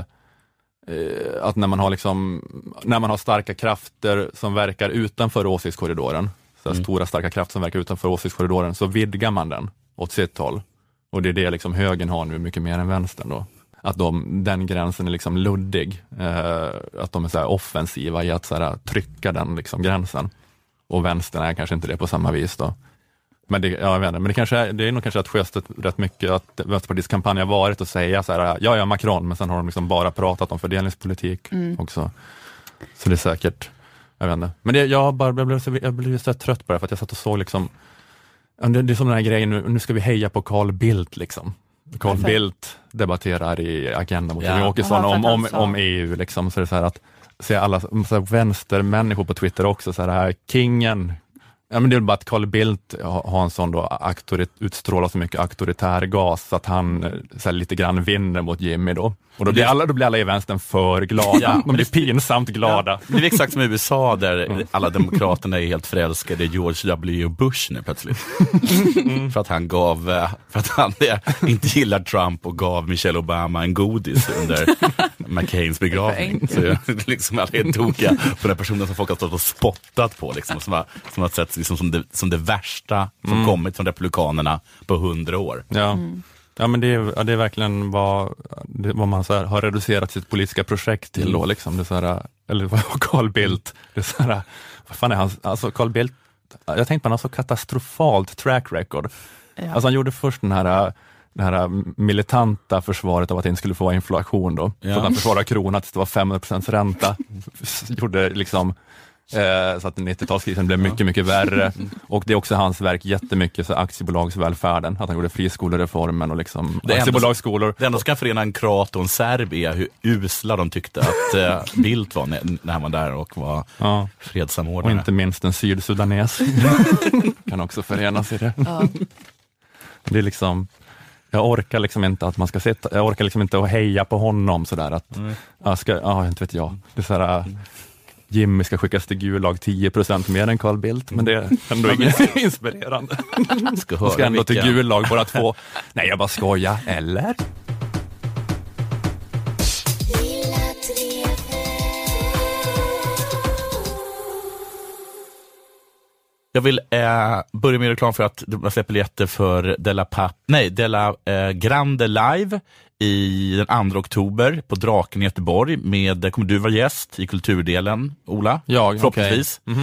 att när man har starka krafter som verkar utanför åsiktskorridoren, så stora starka krafter som verkar utanför åsiktskorridoren, så vidgar man den åt sitt håll. Och det är det liksom högern har nu mycket mer än vänstern då. Att den gränsen är liksom luddig. Att de är så här offensiva i att så här trycka den liksom gränsen. Och vänstern är kanske inte det på samma vis då. Men jag vet inte, men det är nog kanske att Sjöstedt rätt mycket att Vänsterpartiets kampanj har varit att säga så här, ja Macron, men sen har de liksom bara pratat om fördelningspolitik också. Så det är säkert, jag vet inte. Men jag blev så trött på det, för att jag satt och såg liksom, det är som den här grejen, nu ska vi heja på Carl Bildt liksom. Carl Bildt debatterar i Agenda mot Jimmie Åkesson om EU liksom, så det är så här att se alla så här vänstermänniskor på Twitter också så här kingen. Ja, men det är bara att Carl Bildt har en sån då utstrålar så mycket auktoritär gas så att han så här, lite grann vinner mot Jimmy då. Och då blir alla i vänstern för glada. Ja, de blir pinsamt glada. Ja, det är exakt som i USA där alla demokraterna är helt förälskade i George W. Bush nu plötsligt. För att han inte gillar Trump och gav Michelle Obama en godis under McCains begravning. Så liksom alla är tokiga på den personen som folk har stått och spottat på liksom, som har sett liksom som det värsta som kommit från republikanerna på 100 år. Ja. Ja, men det är verkligen vad man så här har reducerat sitt politiska projekt till då liksom. Det är så här, eller vad Carl Bildt, det är så här, vad fan är han, alltså Carl Bildt, jag tänkte på han har så katastrofalt track record. Ja. Alltså han gjorde först det här militanta försvaret av att det inte skulle få inflation då. Ja. Så att han försvarade kronan tills det var 500% ränta. Gjorde liksom så att 90-talskrisen blev mycket, mycket värre. Och det är också hans verk jättemycket, så aktiebolagsvälfärden. Att han gjorde friskolereformen och liksom aktiebolagsskolor. Det enda som kan förena en kroat och en serb är hur usla de tyckte att Bildt var när han var där och var fredssamordnare. Och inte minst en sydsudanes kan också förenas i det. Ja. Det är liksom, jag orkar liksom inte att man ska sitta, jag orkar liksom inte att heja på honom sådär att inte vet jag. Det är så här, Jimmy ska skickas till Gulag 10% mer än Carl Bildt, men det är ändå inget inspirerande. Ska ändå till Gulag bara 2. Nej, jag bara skojar, eller? Jag vill börja med reklam för att man släpper biljetter för Della Grande Live i den 2 oktober på Draken i Göteborg. Kommer du vara gäst i kulturdelen, Ola? Ja, förhoppningsvis. Okay.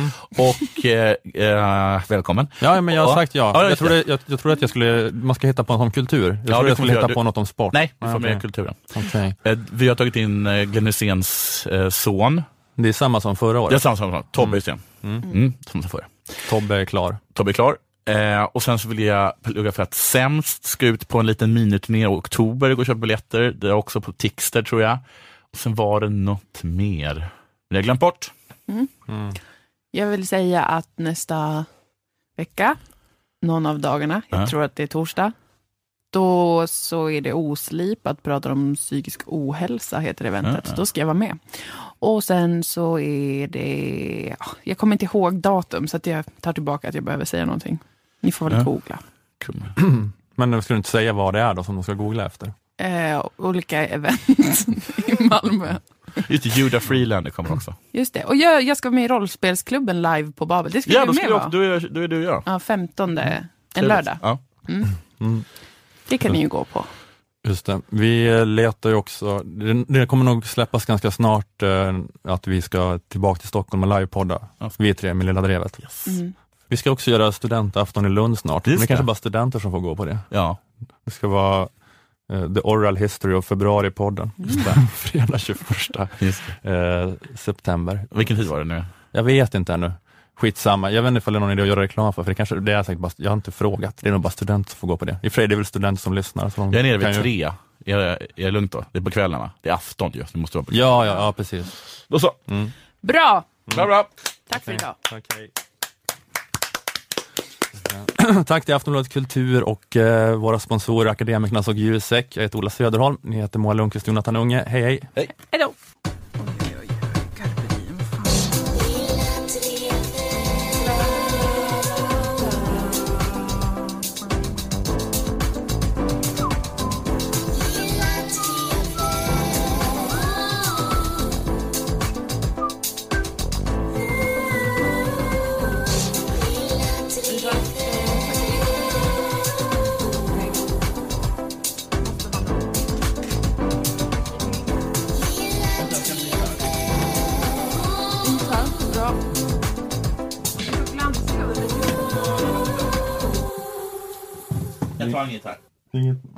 Och välkommen. Ja, men jag har sagt ja. Jag tror att man ska hitta på något om kultur. Jag skulle hitta på något om sport. Nej, du får med kulturen. Okay. Vi har tagit in Glenn Hyséns son. Det är samma som förra året. Det är samma som Tobbe Hysén. Som förra. Tobbe är klar. Och sen så vill jag plugga för att Sämst ska ut på en liten miniturné i oktober. Det går att köpa biljetter. Det är också på Tixter, tror jag. Och sen var det något mer. Det har jag glömt bort. Jag vill säga att nästa vecka, någon av dagarna, jag tror att det är torsdag, då så är det Oslip att prata om psykisk ohälsa, heter det eventet. Då ska jag vara med. Och sen så är det, jag kommer inte ihåg datum, så att jag tar tillbaka att jag behöver säga någonting. Ni får väl googla. Men nu ska du inte säga vad det är då som de ska googla efter? Olika event i Malmö. Just det, Judah Freelander kommer också. Just det, och jag ska vara med i rollspelsklubben live på Babel. Det ska du med, va? Då är du och jag. Ja, 15, en lördag. Ja. Det kan ni ju gå på. Just det. Vi letar ju också, det kommer nog släppas ganska snart att vi ska tillbaka till Stockholm och livepodda. Vi 3 med Lilla Drevet. Yes. Vi ska också göra studentafton i Lund snart. Men det är kanske bara studenter som får gå på det. Ja. Det ska vara The Oral History of Februari-podden. Fredag 21 september. Vilken tid var det nu? Jag vet inte ännu. Skitsamma. Jag vet inte om det är någon idé att göra reklam för det är säkert bara, jag har inte frågat. Det är nog bara studenter som får gå på det. I Fred är väl studenter som lyssnar. Så jag är nere vid 3. Är det lugnt då? Det är på kvällarna. Det är afton ju. Det måste vara på Ja, precis. Då så. Bra! Bra. Tack för idag. Okay. Tack till Aftonbladet Kultur och våra sponsorer Akademikernas och Jusek. Jag heter Ola Söderholm. Ni heter Moa Lundqvist och Jonathan Unge. Hej. Hej då. Jag tar en gitarr. Inget.